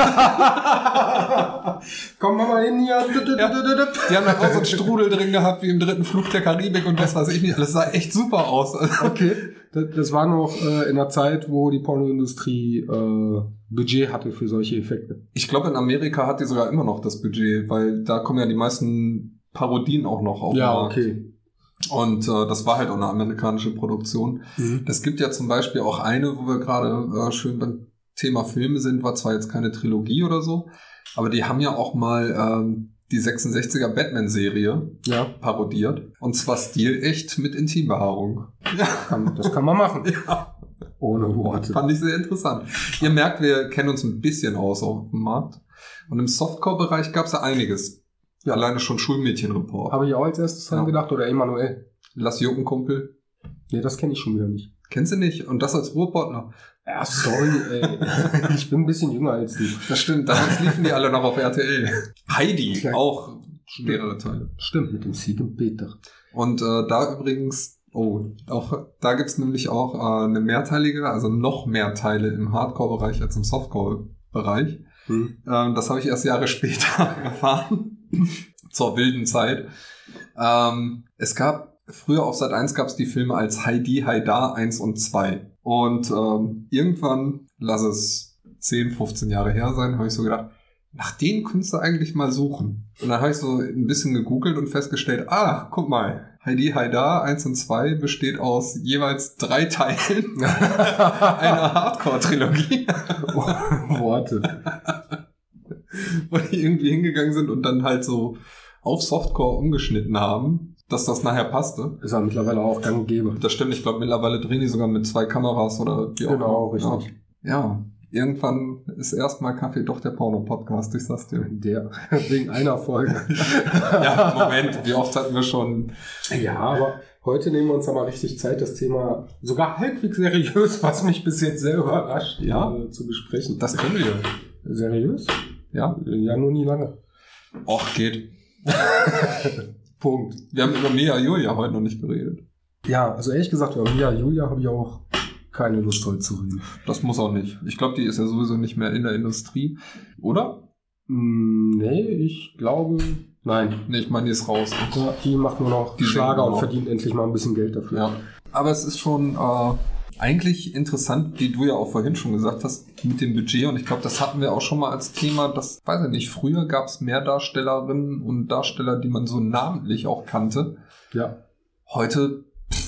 Komm mal hin hier. Ja, die haben halt auch so einen Strudel drin gehabt, wie im 3. Flucht der Karibik und was weiß ich nicht. Das sah echt super aus. Okay. Das war noch in der Zeit, wo die Pornoindustrie Budget hatte für solche Effekte. Ich glaube, in Amerika hat die sogar immer noch das Budget, weil da kommen ja die meisten Parodien auch noch auf den Markt. Ja, okay. Und das war halt auch eine amerikanische Produktion. Es gibt ja zum Beispiel auch eine, wo wir gerade schön beim Thema Filme sind, war zwar jetzt keine Trilogie oder so, aber die haben ja auch mal die 66er Batman-Serie parodiert. Und zwar stilecht mit Intimbehaarung. Ja. Das kann man machen. Ja. Ohne Worte. Fand ich sehr interessant. Ihr merkt, wir kennen uns ein bisschen aus auf dem Markt. Und im Softcore-Bereich gab es ja einiges. Ja, alleine schon Schulmädchenreport. Habe ich auch als erstes dran gedacht, oder Emanuel? Lass Jucken, Kumpel. Nee, das kenne ich schon wieder nicht. Kennst du nicht? Und das als Ruhrpottner? Ja, sorry, ey. Ich bin ein bisschen jünger als du. Das stimmt, damals liefen die alle noch auf RTL. Heidi, auch mehrere Teile. Stimmt, mit dem Siegen Peter. Und da übrigens, auch da gibt's nämlich auch eine mehrteilige, also noch mehr Teile im Hardcore-Bereich als im Softcore-Bereich. Das habe ich erst Jahre später erfahren. Zur wilden Zeit. Es gab, früher auf Sat.1 gab's die Filme als Heidi, Haidar 1 und 2. Und irgendwann, lass es 10, 15 Jahre her sein, habe ich so gedacht, nach denen könntest du eigentlich mal suchen. Und dann habe ich so ein bisschen gegoogelt und festgestellt, guck mal, Heidi, Haidar 1 und 2 besteht aus jeweils 3 Teilen einer Hardcore-Trilogie. Worte. Wo die irgendwie hingegangen sind und dann halt so auf Softcore umgeschnitten haben, dass das nachher passte. Ist ja mittlerweile auch gang und gäbe. Das stimmt, ich glaube mittlerweile drehen die sogar mit 2 Kameras oder wie auch immer. Genau, richtig. Ja, irgendwann ist erstmal Kaffee doch der Porno-Podcast, ich sag's dir. Wegen einer Folge. Ja, Moment, wie oft hatten wir schon... Ja, aber heute nehmen wir uns aber richtig Zeit, das Thema sogar halbwegs seriös, was mich bis jetzt sehr überrascht, zu besprechen. Das können wir. Seriös? Ja. Ja, nur nie lange. Och, geht. Punkt. Wir haben über Mia Julia heute noch nicht geredet. Ja, also ehrlich gesagt, über Mia Julia habe ich auch keine Lust heute zu reden. Das muss auch nicht. Ich glaube, die ist ja sowieso nicht mehr in der Industrie, oder? Nee, ich glaube Nein. Nee, ich meine, die ist raus. Ja, die macht nur noch Die Schlager singt nur und noch. verdient endlich mal ein bisschen Geld dafür. Ja. Aber es ist schon eigentlich interessant, wie du ja auch vorhin schon gesagt hast, mit dem Budget. Und ich glaube, das hatten wir auch schon mal als Thema. Das, weiß ich nicht, früher gab es mehr Darstellerinnen und Darsteller, die man so namentlich auch kannte. Ja. Heute,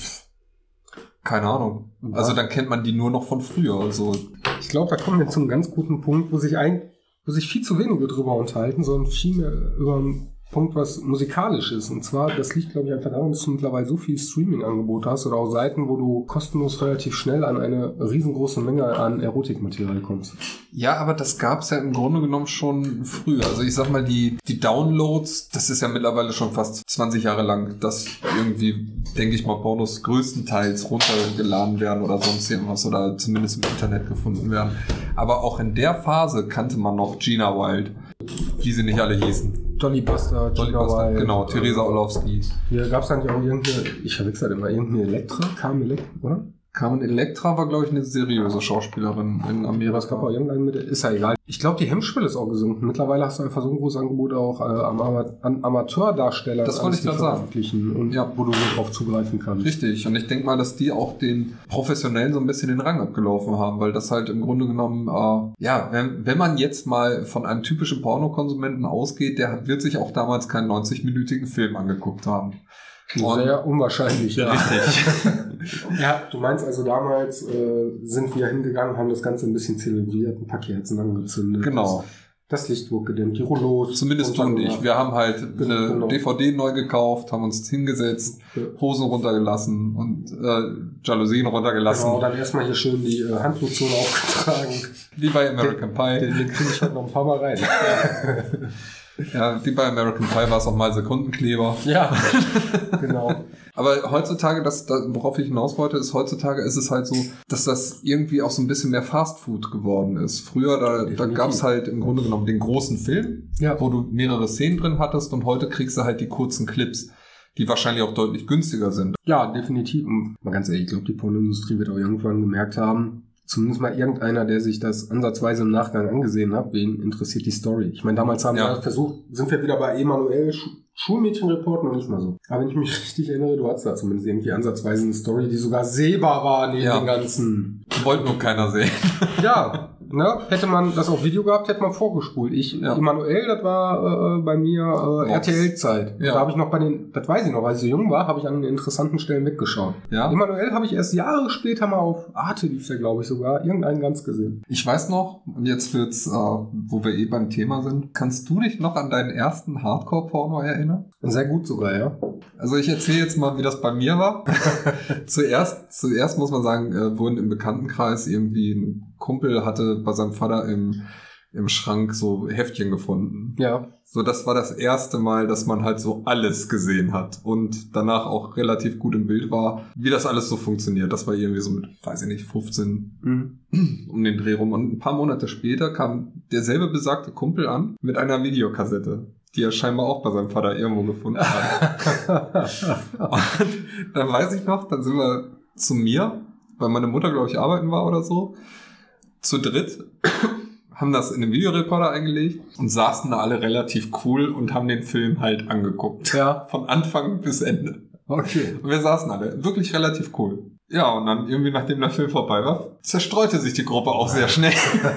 keine Ahnung. Also dann kennt man die nur noch von früher. Also, Ich glaube, da kommen wir zu einem ganz guten Punkt, wo sich viel zu wenige drüber unterhalten, sondern viel mehr über einen Punkt, was musikalisch ist. Und zwar, das liegt, glaube ich, einfach daran, dass du mittlerweile so viel Streaming-Angebote hast oder auch Seiten, wo du kostenlos relativ schnell an eine riesengroße Menge an Erotikmaterial kommst. ja, aber das gab's ja im Grunde genommen schon früher. Also ich sag mal, die Downloads, das ist ja mittlerweile schon fast 20 Jahre lang, dass irgendwie, denke ich mal, Pornos größtenteils runtergeladen werden oder sonst irgendwas oder zumindest im Internet gefunden werden. Aber auch in der Phase kannte man noch Gina Wild, wie sie nicht alle hießen. Dolly Buster, Dolly Gina Buster, Wild, genau, Theresa Orlowski. Hier gab es eigentlich auch irgendeine, ich verwechsel immer, irgendeine Elektra, oder? Carmen Electra war, glaube ich, eine seriöse Schauspielerin in Amerika. Es gab auch irgendeinen mit, ist ja egal. Ich glaube, die Hemmschwelle ist auch gesunken. Mittlerweile hast du einfach so ein großes Angebot auch an Amateurdarstellern. Das wollte ich gerade sagen. Und Ja. wo du so drauf zugreifen kannst. Richtig, und ich denke mal, dass die auch den Professionellen so ein bisschen den Rang abgelaufen haben, weil das halt im Grunde genommen, wenn man jetzt mal von einem typischen Pornokonsumenten ausgeht, der wird sich auch damals keinen 90-minütigen Film angeguckt haben. Sehr unwahrscheinlich, ja. Richtig. Ja, du meinst also damals sind wir hingegangen, haben das Ganze ein bisschen zelebriert, ein paar Kerzen angezündet. Genau. Das Licht wurde gedämmt, die Rollos. Zumindest du und ich. Wir haben halt eine Genau. DVD neu gekauft, haben uns hingesetzt, Ja. Hosen runtergelassen und Jalousien runtergelassen. Genau, dann erstmal hier schön die Handlotion aufgetragen. Wie bei American Pie. Den kriege ich heute noch ein paar Mal rein. Ja, wie bei American Pie war es auch mal Sekundenkleber. Ja, genau. Aber heutzutage, worauf ich hinaus wollte, heutzutage ist es halt so, dass das irgendwie auch so ein bisschen mehr Fastfood geworden ist. Früher, da gab es halt im Grunde genommen den großen Film, Ja. wo du mehrere Szenen drin hattest und heute kriegst du halt die kurzen Clips, die wahrscheinlich auch deutlich günstiger sind. Ja, definitiv. Und mal ganz ehrlich, ich glaube, die Pornoindustrie wird auch irgendwann gemerkt haben, zumindest mal irgendeiner, der sich das ansatzweise im Nachgang angesehen hat, wen interessiert die Story. Ich meine, damals haben wir versucht, sind wir wieder bei Emanuel, Schulmädchenreport, noch nicht mal so. Aber wenn ich mich richtig erinnere, du hattest da zumindest irgendwie ansatzweise eine Story, die sogar sehbar war neben Ja. den ganzen. Wollte nur keiner sehen. Ja, ne? Hätte man das auf Video gehabt, hätte man vorgespult. Emanuel, das war bei mir RTL-Zeit. Ja. Da habe ich noch das weiß ich noch, weil ich so jung war, habe ich an den interessanten Stellen weggeschaut. Ja. Emanuel habe ich erst Jahre später mal auf Arte, lief der, glaube ich, sogar, irgendeinen ganz gesehen. Ich weiß noch, und jetzt wird's, wo wir beim Thema sind, kannst du dich noch an deinen ersten Hardcore-Porno erinnern? Sehr gut sogar, ja. Also ich erzähle jetzt mal, wie das bei mir war. Zuerst muss man sagen, wurden im Bekanntenkreis irgendwie ein Kumpel hatte bei seinem Vater im Schrank so Heftchen gefunden. Ja. So, das war das erste Mal, dass man halt so alles gesehen hat und danach auch relativ gut im Bild war, wie das alles so funktioniert. Das war irgendwie so mit, weiß ich nicht, 15 um den Dreh rum. Und ein paar Monate später kam derselbe besagte Kumpel an mit einer Videokassette, die er scheinbar auch bei seinem Vater irgendwo gefunden hat. Und dann weiß ich noch, dann sind wir zu mir, weil meine Mutter, glaube ich, arbeiten war oder so, zu dritt, haben das in den Videorekorder eingelegt und saßen da alle relativ cool und haben den Film halt angeguckt. Ja. Von Anfang bis Ende. Okay. Und wir saßen alle wirklich relativ cool. Ja, und dann irgendwie, nachdem der Film vorbei war, zerstreute sich die Gruppe auch sehr schnell.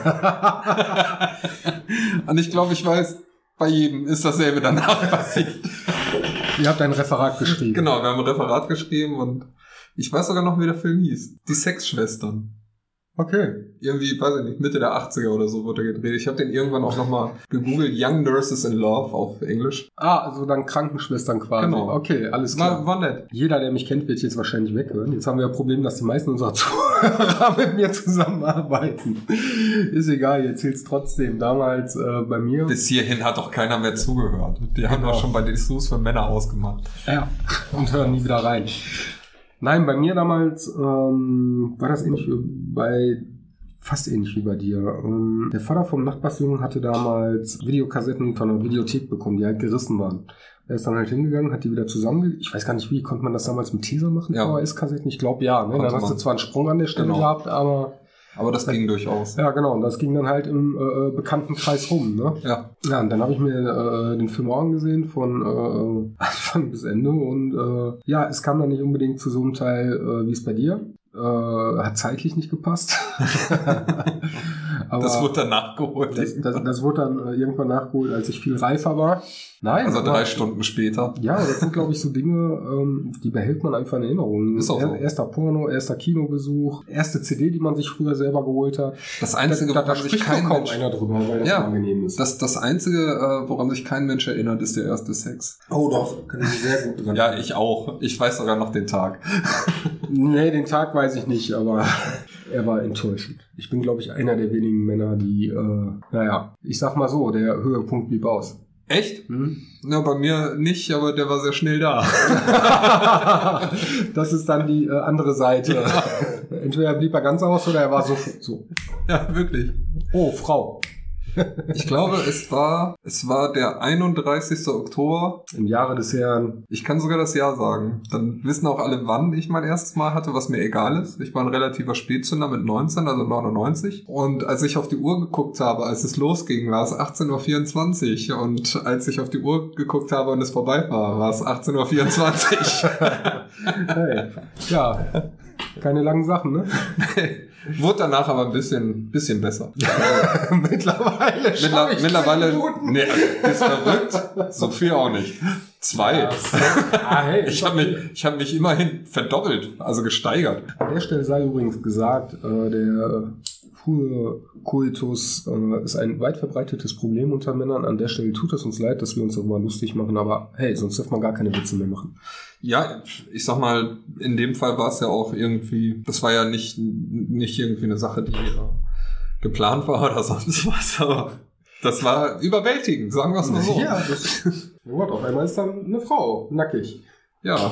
Und ich glaube, ich weiß, bei jedem ist dasselbe danach passiert. Ihr habt ein Referat geschrieben. Genau, wir haben ein Referat geschrieben und ich weiß sogar noch, wie der Film hieß. Die Sexschwestern. Okay. Irgendwie, weiß ich nicht, Mitte der 80er oder so wurde er gedreht. Ich habe den irgendwann auch nochmal gegoogelt. Young Nurses in Love auf Englisch. Also dann Krankenschwestern quasi. Genau. Okay, alles klar. War nett. Jeder, der mich kennt, wird jetzt wahrscheinlich weghören. Jetzt haben wir ein Problem, dass die meisten unserer Zuhörer mit mir zusammenarbeiten. Ist egal, jetzt zählt's trotzdem. Damals bei mir. Bis hierhin hat doch keiner mehr zugehört. Die haben doch schon bei Dessous für Männer ausgemacht. Ja, und hören nie wieder rein. Nein, bei mir damals war das fast ähnlich wie bei dir. Der Vater vom Nachbarsjungen hatte damals Videokassetten von einer Videothek bekommen, die halt gerissen waren. Er ist dann halt hingegangen, hat die wieder ich weiß gar nicht wie, konnte man das damals mit Teser machen, ja. VHS-Kassetten? Ich glaube ja, ne? Konnte Dann hast du man. zwar einen Sprung an der Stelle Genau. gehabt, aber Aber das ging durchaus. Ja, genau. Und das ging dann halt im Bekanntenkreis rum, ne? Ja. Ja, und dann habe ich mir den Film auch angesehen von Anfang bis Ende. Und ja, es kam dann nicht unbedingt zu so einem Teil, wie es bei dir. Hat zeitlich nicht gepasst. Aber das wurde dann nachgeholt. Das wurde dann irgendwann nachgeholt, als ich viel reifer war. Nein. Also 3 Stunden später. Ja, das sind, glaube ich, so Dinge, die behält man einfach in Erinnerung. Ist auch so. Erster Porno, erster Kinobesuch, erste CD, die man sich früher selber geholt hat. Das Einzige, da spricht kaum einer drüber, weil das angenehm ist. Das Einzige, woran sich kein Mensch erinnert, ist der erste Sex. Oh doch, kann ich mich sehr gut dran. Ja, ich auch. Ich weiß sogar noch den Tag. Nee, den Tag weiß ich nicht, aber er war enttäuschend. Ich bin, glaube ich, einer der wenigen Männer, die, ich sag mal so, der Höhepunkt blieb aus. Echt? Na, bei mir nicht, aber der war sehr schnell da. Das ist dann die andere Seite. Ja. Entweder blieb er ganz aus oder er war so. Ja, wirklich. Oh, Frau. Ich glaube, es war der 31. Oktober. Im Jahre des Herrn. Ich kann sogar das Jahr sagen. Dann wissen auch alle, wann ich mein erstes Mal hatte, was mir egal ist. Ich war ein relativer Spätzünder mit 19, also 99. Und als ich auf die Uhr geguckt habe, als es losging, war es 18.24 Uhr. Und als ich auf die Uhr geguckt habe und es vorbei war es 18.24 Uhr. Hey. Ja, keine langen Sachen, ne? Wurde danach aber ein bisschen besser. Mittlerweile. Nee, ist verrückt. So viel auch nicht. 2. Ja, hey, ich hab mich immerhin verdoppelt, also gesteigert. An der Stelle sei übrigens gesagt, der frühe Koitus ist ein weit verbreitetes Problem unter Männern. An der Stelle tut es uns leid, dass wir uns darüber lustig machen, aber hey, sonst darf man gar keine Witze mehr machen. Ja, ich sag mal, in dem Fall war es ja auch irgendwie, das war ja nicht irgendwie eine Sache, die geplant war oder sonst was, aber das war überwältigend, sagen wir es mal so. Ja, auf einmal ist dann eine Frau, nackig. Ja.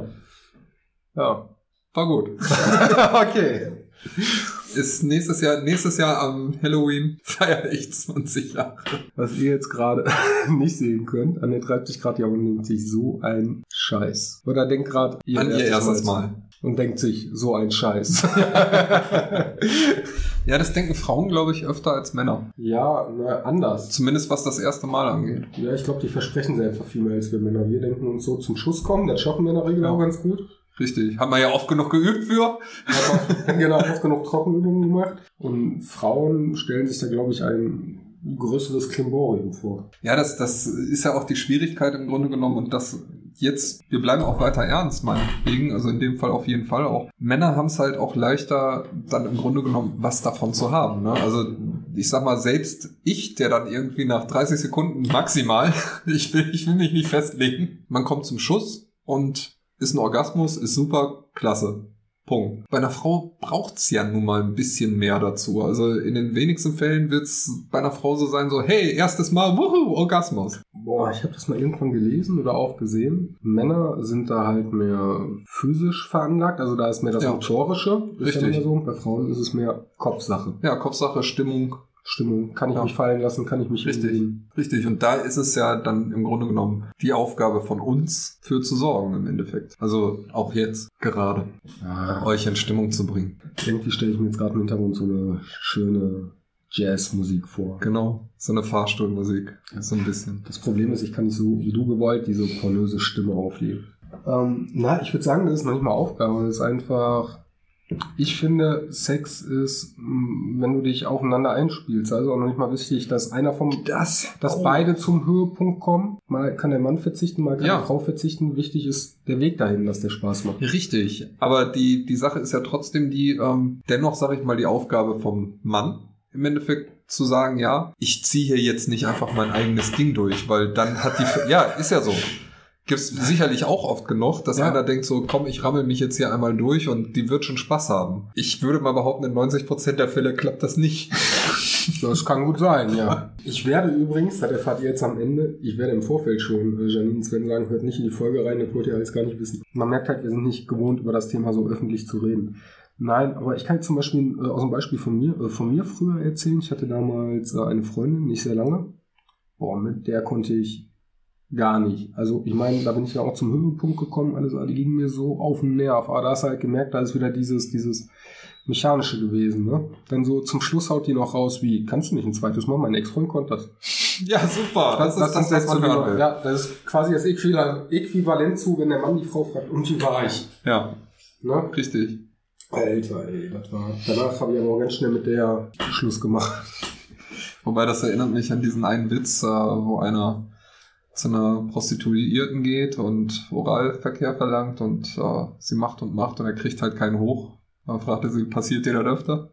War gut. Okay. Ist nächstes Jahr am Halloween feiere ich 20 Jahre. Was ihr jetzt gerade nicht sehen könnt, Anne treibt sich gerade und denkt sich so ein Scheiß. Oder denkt gerade an ihr erstes Mal. Und denkt sich so ein Scheiß. Ja, das denken Frauen, glaube ich, öfter als Männer. Ja, anders. Zumindest was das erste Mal angeht. Ja, ich glaube, die versprechen sie einfach viel mehr als wir Männer. Wir denken uns so zum Schuss kommen, das schaffen wir in der Regel auch ganz gut. Richtig. Haben wir ja oft genug geübt für. Genau, oft genug Trockenübungen gemacht. Und Frauen stellen sich da, glaube ich, ein größeres Klimborium vor. Ja, das ist ja auch die Schwierigkeit im Grunde genommen. Und das jetzt, wir bleiben auch weiter ernst, meinetwegen. Also in dem Fall auf jeden Fall auch. Männer haben es halt auch leichter, dann im Grunde genommen was davon zu haben. Ne? Also ich sag mal, selbst ich, der dann irgendwie nach 30 Sekunden maximal, ich will mich nicht festlegen, man kommt zum Schuss und ist ein Orgasmus, ist super, klasse. Punkt. Bei einer Frau braucht's ja nun mal ein bisschen mehr dazu. Also in den wenigsten Fällen wird's bei einer Frau so sein, so, hey, erstes Mal, wuhu, Orgasmus. Boah, ich habe das mal irgendwann gelesen oder auch gesehen. Männer sind da halt mehr physisch veranlagt, also da ist mehr das Motorische. Richtig. Ja so. Bei Frauen ist es mehr Kopfsache. Ja, Kopfsache, Stimmung. Kann ich mich fallen lassen, kann ich mich Richtig. Und da ist es ja dann im Grunde genommen die Aufgabe von uns, für zu sorgen im Endeffekt. Also auch jetzt gerade, euch in Stimmung zu bringen. Irgendwie stelle ich mir jetzt gerade im Hintergrund so eine schöne Jazzmusik vor. Genau, so eine Fahrstuhlmusik, so ein bisschen. Das Problem ist, ich kann nicht so, wie du gewollt, diese pornöse Stimme auflegen. Ich würde sagen, das ist noch nicht mal Aufgabe, das ist einfach... Ich finde, Sex ist, wenn du dich aufeinander einspielst, also auch noch nicht mal wichtig, dass einer dass beide zum Höhepunkt kommen. Mal kann der Mann verzichten, mal kann die Frau verzichten. Wichtig ist der Weg dahin, dass der Spaß macht. Richtig, aber die Sache ist ja trotzdem dennoch sage ich mal, die Aufgabe vom Mann im Endeffekt zu sagen, ja, ich ziehe hier jetzt nicht einfach mein eigenes Ding durch, weil dann hat ist ja so. Gibt's sicherlich auch oft genug, dass einer denkt so, komm, ich rammel mich jetzt hier einmal durch und die wird schon Spaß haben. Ich würde mal behaupten, in 90% der Fälle klappt das nicht. Das kann gut sein, ja. Ich werde übrigens, das erfahrt ihr jetzt am Ende, ich werde im Vorfeld schon Janine und Sven sagen, hört nicht in die Folge rein, das wollt ihr alles gar nicht wissen. Man merkt halt, wir sind nicht gewohnt, über das Thema so öffentlich zu reden. Nein, aber ich kann jetzt zum Beispiel aus einem Beispiel von mir früher erzählen. Ich hatte damals eine Freundin, nicht sehr lange. Mit der konnte ich gar nicht. Also ich meine, da bin ich ja auch zum Höhepunkt gekommen, alles gingen mir so auf den Nerv. Aber da hast du halt gemerkt, da ist wieder dieses mechanische gewesen, ne? Dann so zum Schluss haut die noch raus wie, kannst du nicht ein zweites Mal? Mein Ex-Freund konnte das. Ja, super. Das ist das, was man hören will. Ja, das ist quasi das Äquivalent zu, wenn der Mann die Frau fragt, und wie war ich? Ja, ne? Richtig. Alter, ey, das war... Danach habe ich aber auch ganz schnell mit der Schluss gemacht. Wobei, das erinnert mich an diesen einen Witz, wo einer zu einer Prostituierten geht und Oralverkehr verlangt und sie macht und er kriegt halt keinen hoch. Dann fragt er sie, passiert dir das öfter?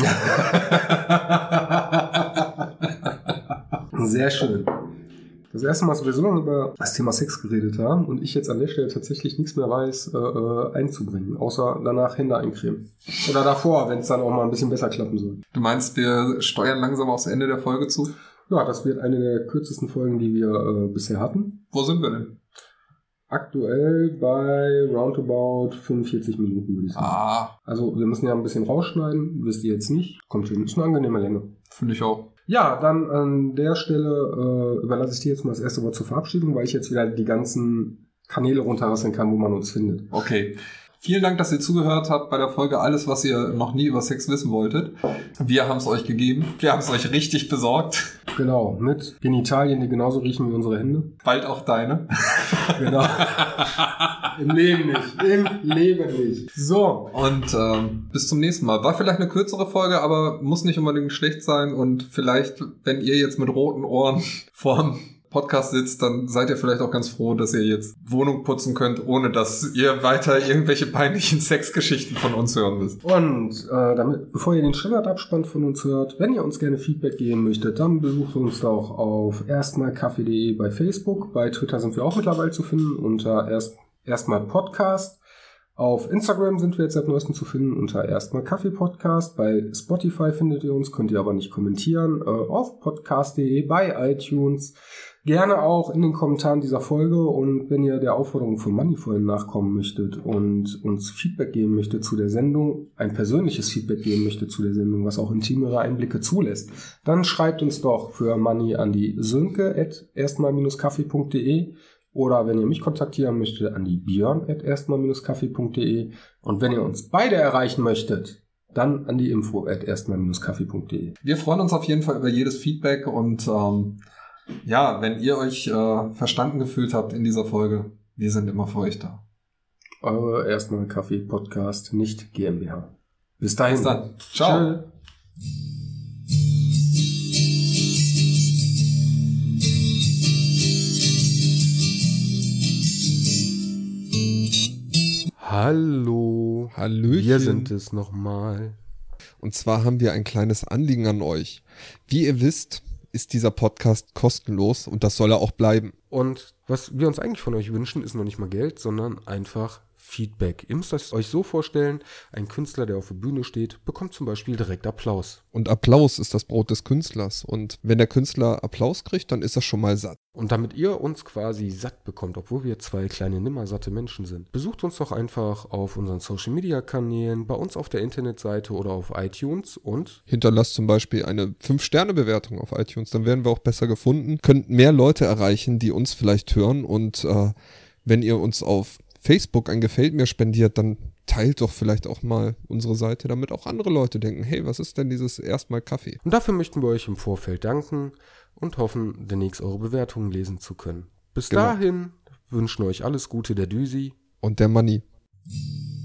Sehr schön. Das erste Mal, dass wir so lange über das Thema Sex geredet haben und ich jetzt an der Stelle tatsächlich nichts mehr weiß, einzubringen, außer danach Hände eincremen. Oder davor, wenn es dann auch mal ein bisschen besser klappen soll. Du meinst, wir steuern langsam aufs Ende der Folge zu? Ja, das wird eine der kürzesten Folgen, die wir bisher hatten. Wo sind wir denn? Aktuell bei roundabout 45 Minuten, würde ich sagen. Also wir müssen ja ein bisschen rausschneiden, wisst ihr jetzt nicht. Kommt hin, ist eine angenehme Länge. Finde ich auch. Ja, dann an der Stelle überlasse ich dir jetzt mal das erste Wort zur Verabschiedung, weil ich jetzt wieder die ganzen Kanäle runterrasseln kann, wo man uns findet. Okay. Vielen Dank, dass ihr zugehört habt bei der Folge Alles, was ihr noch nie über Sex wissen wolltet. Wir haben es euch gegeben. Wir haben es euch richtig besorgt. Genau, mit Genitalien, die genauso riechen wie unsere Hände. Bald auch deine. Genau. Im Leben nicht. Im Leben nicht. So. Und bis zum nächsten Mal. War vielleicht eine kürzere Folge, aber muss nicht unbedingt schlecht sein. Und vielleicht, wenn ihr jetzt mit roten Ohren vorm Podcast sitzt, dann seid ihr vielleicht auch ganz froh, dass ihr jetzt Wohnung putzen könnt, ohne dass ihr weiter irgendwelche peinlichen Sexgeschichten von uns hören müsst. Und bevor ihr den Standardabspann von uns hört, wenn ihr uns gerne Feedback geben möchtet, dann besucht uns doch auf erstmalkaffee.de bei Facebook. Bei Twitter sind wir auch mittlerweile zu finden unter erstmal Podcast. Auf Instagram sind wir jetzt seit neuestem zu finden unter erstmal Kaffee Podcast. Bei Spotify findet ihr uns, könnt ihr aber nicht kommentieren. Auf podcast.de, bei iTunes. Gerne auch in den Kommentaren dieser Folge, und wenn ihr der Aufforderung von Manni vorhin nachkommen möchtet und uns Feedback geben möchtet zu der Sendung, ein persönliches Feedback geben möchtet zu der Sendung, was auch intimere Einblicke zulässt, dann schreibt uns doch für Manni an die sönke@erstmal-kaffee.de oder wenn ihr mich kontaktieren möchtet, an die björn@erstmal-kaffee.de, und wenn ihr uns beide erreichen möchtet, dann an die info@erstmal-kaffee.de. Wir freuen uns auf jeden Fall über jedes Feedback und ja, wenn ihr euch verstanden gefühlt habt in dieser Folge, wir sind immer für euch da. Eure Erstmal Kaffee Podcast, nicht GmbH. Bis dahin. Bis dann. Ciao. Tschö. Hallo. Hallöchen. Wir sind es nochmal. Und zwar haben wir ein kleines Anliegen an euch. Wie ihr wisst, ist dieser Podcast kostenlos und das soll er auch bleiben. Und was wir uns eigentlich von euch wünschen, ist noch nicht mal Geld, sondern einfach Feedback. Ihr müsst es euch so vorstellen, ein Künstler, der auf der Bühne steht, bekommt zum Beispiel direkt Applaus. Und Applaus ist das Brot des Künstlers. Und wenn der Künstler Applaus kriegt, dann ist er schon mal satt. Und damit ihr uns quasi satt bekommt, obwohl wir zwei kleine nimmersatte Menschen sind, besucht uns doch einfach auf unseren Social-Media-Kanälen, bei uns auf der Internetseite oder auf iTunes und Hinterlasst zum Beispiel eine 5-Sterne-Bewertung auf iTunes, dann werden wir auch besser gefunden, könnt mehr Leute erreichen, die uns vielleicht hören, und wenn ihr uns auf Facebook ein Gefällt mir spendiert, dann teilt doch vielleicht auch mal unsere Seite, damit auch andere Leute denken, hey, was ist denn dieses Erstmal Kaffee? Und dafür möchten wir euch im Vorfeld danken und hoffen, demnächst eure Bewertungen lesen zu können. Bis dahin wünschen euch alles Gute der Düsi und der Manni.